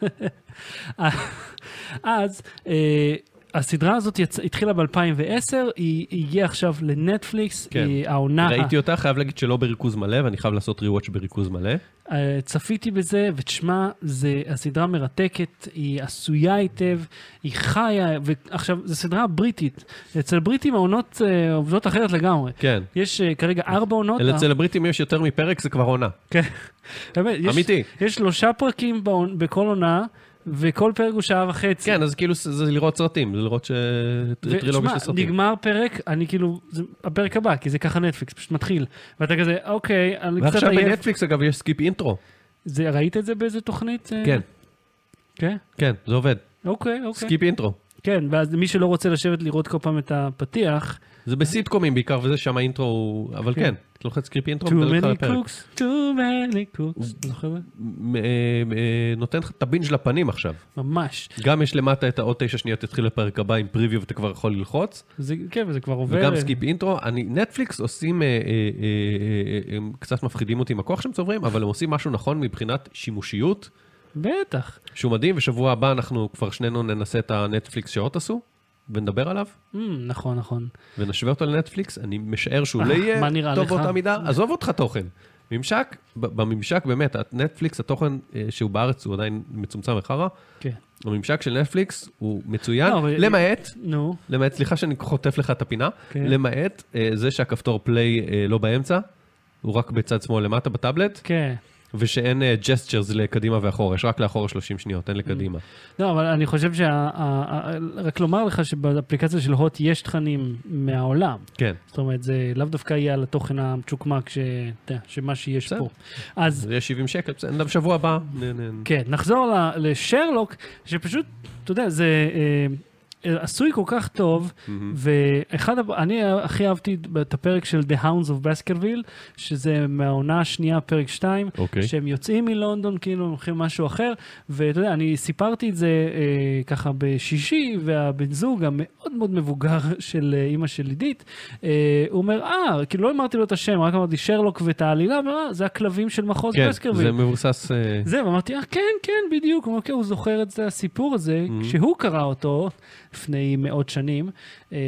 אז אה, הסדרה הזאת יצ... התחילה ב-אלפיים ועשר, היא הגיעה עכשיו לנטפליקס, כן. היא העונה... ראיתי אותה, חייב להגיד שלא בריכוז מלא, ואני חייב לעשות ריוואץ' בריכוז מלא. אה, צפיתי בזה, ותשמע, זה הסדרה מרתקת, היא עשויה היטב, היא חיה, ועכשיו, זו סדרה בריטית. אצל בריטים העונות אה, עובדות אחרת לגמרי. כן. יש אה, כרגע ארבע עונות. אלא אצל הבריטים יש יותר מפרק, זה כבר עונה. כן. באמת, יש, אמיתי. יש שלושה פרקים בעונ... בכל עונה, וכל פרק הוא שעה וחצי. כן, אז כאילו זה לראות סרטים, זה לראות טרילוגיה של סרטים. נגמר פרק, אני כאילו, זה הפרק הבא, כי זה ככה נטפליקס, פשוט מתחיל. ואתה כזה, אוקיי, אני קצת ועכשיו עייף. בנטפליקס, אגב, יש סקיפ אינטרו. זה, ראית את זה באיזה תוכנית? כן, כן? כן, זה עובד. אוקיי, אוקיי. סקיפ אינטרו. כן, ואז מי שלא רוצה לשבת לראות כל פעם את הפתיח, זה בסיטקומים בעיקר, וזה שם האינטרו הוא... אבל כן, אתה לוחץ סקיפ אינטרו, too מדלג לך many לפרק. cooks, too many cooks. אתה זוכר את זה? מ- אה, אה, נותן לך את הבינג' לפנים עכשיו. ממש. גם יש למטה את העוד תשע שניות, תתחיל לפרק הבא עם פריוויו ואתה כבר יכול ללחוץ. זה, כן, וזה כבר עובר. וגם סקיפ אינטרו. אני, נטפליקס עושים, אה, אה, אה, אה, הם קצת מפחידים אותי עם הכוח שהם צוברים, אבל הם עושים משהו נכון מבחינת שימושיות, בטח. שהוא מדהים, ושבוע הבא אנחנו כבר שנינו ננסה את הנטפליקס שעוד עשו, ונדבר עליו, Mm, נכון, נכון. ונשווה אותו לנטפליקס. אני משער שהוא אה, לא יהיה מה נראה טוב לך? באותה מידה. עזוב אותך תוכן. ממשק, ב- בממשק באמת, נטפליקס, התוכן אה, שהוא בארץ הוא עדיין מצומצם וחרא, כן. הממשק של נטפליקס הוא מצוין, לא, אבל- למעט, נו. למעט, סליחה שאני חוטף לך את הפינה, כן. למעט אה, זה שהכפתור פליי אה, לא באמצע, הוא רק בצד שמאל למטה בטאבלט, כן. ושאין ג'סטשרס לקדימה ואחורה, יש רק לאחורה שלושים שניות, אין לקדימה. לא, אבל אני חושב שה... רק לומר לך שבאפליקציה של הוט יש תכנים מהעולם. כן. זאת אומרת, זה לאו דווקא יהיה על התוכן המצ'וקמק ש... אתה יודע, שמה שיש בסדר. פה. אז זה יהיה שבעים שקל, בסדר, בשבוע הבא. נ- נ- כן, נחזור ל- לשרלוק, שפשוט, אתה יודע, זה אה, עשוי כל כך טוב, ואחד, הב- אני הכי אהבתי את הפרק של The Hounds of Baskerville, שזה מהעונה השנייה, פרק שתיים, אוקיי. שהם יוצאים מלונדון, כאילו הם הולכים משהו אחר, ואתה יודע, אני סיפרתי את זה אה, ככה בשישי, והבן זוג המאוד מאוד מבוגר של אה, אמא של לידית, אה, הוא אומר, אה, כאילו לא אמרתי לו את השם, רק אמרתי שרלוק ואת העלילה, ואמר, זה הכלבים של מחוז כן, בסקרוויל. זה מבוסס... אה, זה, ואמרתי, אה, כן, כן, בדיוק. הוא אומר, כן, הוא זוכר את זה, הסיפור הזה, Mm-hmm. כשהוא קרא אותו לפני מאות שנים, אה,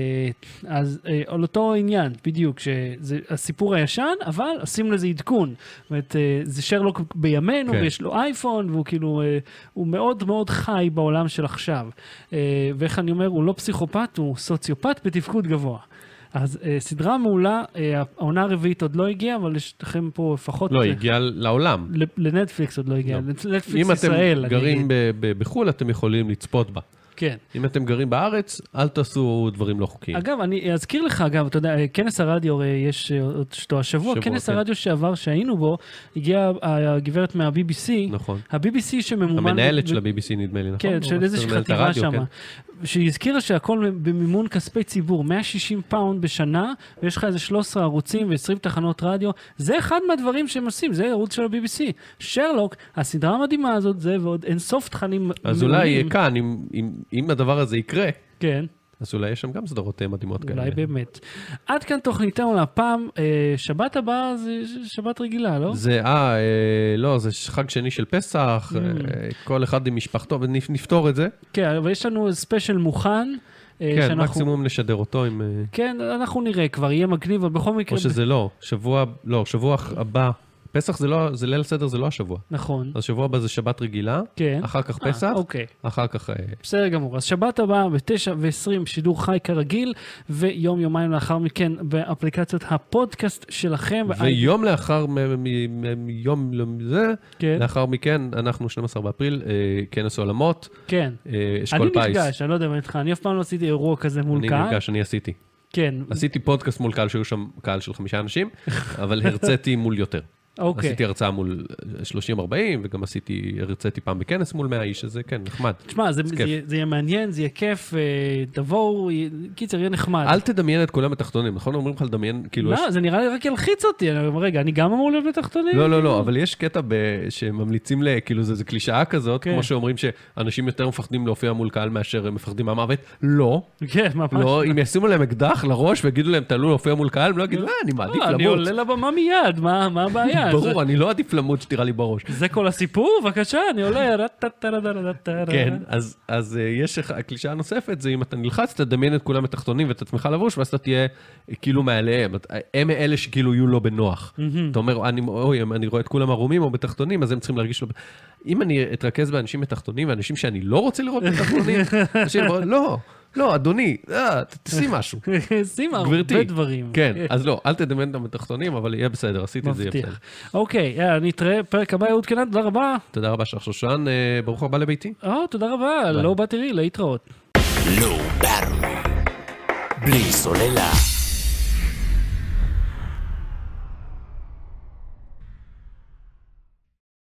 אז אה, על אותו עניין, בדיוק, שזה הסיפור הישן, אבל עושים לזה עדכון. זאת אומרת, אה, זה שרלוק בימינו, כן. ויש לו אייפון, והוא כאילו, אה, הוא מאוד מאוד חי בעולם של עכשיו. אה, ואיך אני אומר, הוא לא פסיכופת, הוא סוציופת בתפקוד גבוה. אז אה, סדרה מעולה, אה, העונה הרביעית עוד לא הגיעה, אבל יש לכם פה לפחות... לא, אה, הגיע לעולם. לנטפליקס עוד לא הגיע, לא. לנטפליקס אם ישראל. אתם אני גרים אגיד. ב- ב- בחו"ל, אתם יכולים לצפות בה. כן. אם אתם גרים בארץ, אל תעשו דברים לא חוקיים. אגב, אני אזכיר לך, אגב, אתה יודע, כנס הרדיו, הרי יש אה, אותו השבוע, שבוע, כנס כן. הרדיו שעבר שהיינו בו, הגיעה הגברת מה-בי בי סי, נכון. ה-בי בי סי שממומן... המנהלת ב- של ה-בי בי סי נדמה לי, נכון? כן, או של איזושהי מנהלת חטיבה הרדיו, שם, כן. שהיא הזכירה שהכל במימון כספי ציבור, מאה ושישים פאונד בשנה, ויש לך איזה שלושה עשר ערוצים ו-עשרים תחנות רדיו, זה אחד מהדברים שהם עושים, זה ערוץ של ה-בי בי סי. שרלוק, הסדרה המדהימה הזאת, זה ועוד אינסוף תכנים אז אולי מעולים. כאן, אם- אם- אם הדבר הזה יקרה, כן. אז אולי יש שם גם סדרות מדהימות כאלה. אולי באמת. עד כאן תוכניתנו להפעם, שבת הבאה זה שבת רגילה, לא? זה, אה, לא, זה חג שני של פסח, כל אחד עם משפחתו, ונפתור את זה. כן, אבל יש לנו ספיישל מוכן. כן, מקסימום נשדר אותו עם... כן, אנחנו נראה, כבר יהיה מגניב, אבל בכל מקרה... או שזה לא, שבוע, לא, שבוע הבא, פסח זה לא, זה ליל סדר, זה לא השבוע. נכון. אז שבוע הבא זה שבת רגילה, כן. אחר כך פסח, אוקיי. אחר כך... בסדר גמור, אז שבת הבאה ב-תשע ועשרים שידור חי כרגיל, ויום יומיים לאחר מכן באפליקציות הפודקאסט שלכם. ויום לאחר, יום זה, כן. לאחר מכן, אנחנו שנים עשר באפריל, כנס עולמות. כן. אשכול פיס. אני נפגש, אני לא יודע מה איתך, אני אף פעם לא עשיתי אירוע כזה מול קהל. אני נפגש, אני עשיתי. כן. עשיתי פודקאסט מול קהל שהיו שם קהל של חמישה אנשים, אבל הרציתי מול יותר. אוקיי. עשיתי הרצאה מול שלושים ארבעים, וגם עשיתי, הרציתי פעם בכנס מול מאה איש, שזה כן, נחמד. תשמע, זה, זה, זה יהיה מעניין, זה יהיה כיף, תבואו, קיצר, יהיה נחמד. אל תדמיין את כולם בתחתונים, נכון? אומרים לך לדמיין, כאילו... לא, יש... זה נראה לי רק ילחיץ אותי, אני אומר, רגע, אני גם אמור להיות בתחתונים? לא, לא, לא, אבל יש קטע ב... שממליצים ל... כאילו, זה, זה קלישאה כזאת, כן. כמו שאומרים שאנשים יותר מפחדים להופיע מול קהל מאשר הם מפחדים מהמוות. לא. כן, ממש. לא, אם ישימו להם אקדח לראש ויגידו להם, תעלו להופיע מול קהל, הם לא יגידו, אני מעדיף למות. אני עולה לבמה מיד, מה, מה הבעיה? ברור, אני לא עדיף למות שתירה לי בראש. זה כל הסיפור, בבקשה, אני עולה. כן, אז, אז יש הקלישאה הנוספת, זה אם אתה נלחץ, תדמיין את כולם בתחתונים ואת עצמך לבוש, ואז אתה תהיה כאילו מעליהם. הם אלה שכאילו יהיו לא בנוח. אתה אומר, אני, אוי, אני רואה את כולם ערומים או בתחתונים, אז הם צריכים להרגיש לא... אם אני אתרכז באנשים בתחתונים, ואנשים שאני לא רוצה לראות בתחתונים, אנשים אומרים, לא, לא, אדוני, תשים משהו. שים הרבה דברים. כן, אז לא, אל תדמיין אותם בתחתונים, אבל יהיה בסדר, עשיתי את זה יפה. אוקיי, נתראה, פרק הבא, יהוד קנן, תודה רבה. תודה רבה, שלך שושן, ברוך הבא לביתי. או, תודה רבה, לא באתי לי, להתראות. לא בארו, בלי סוללה.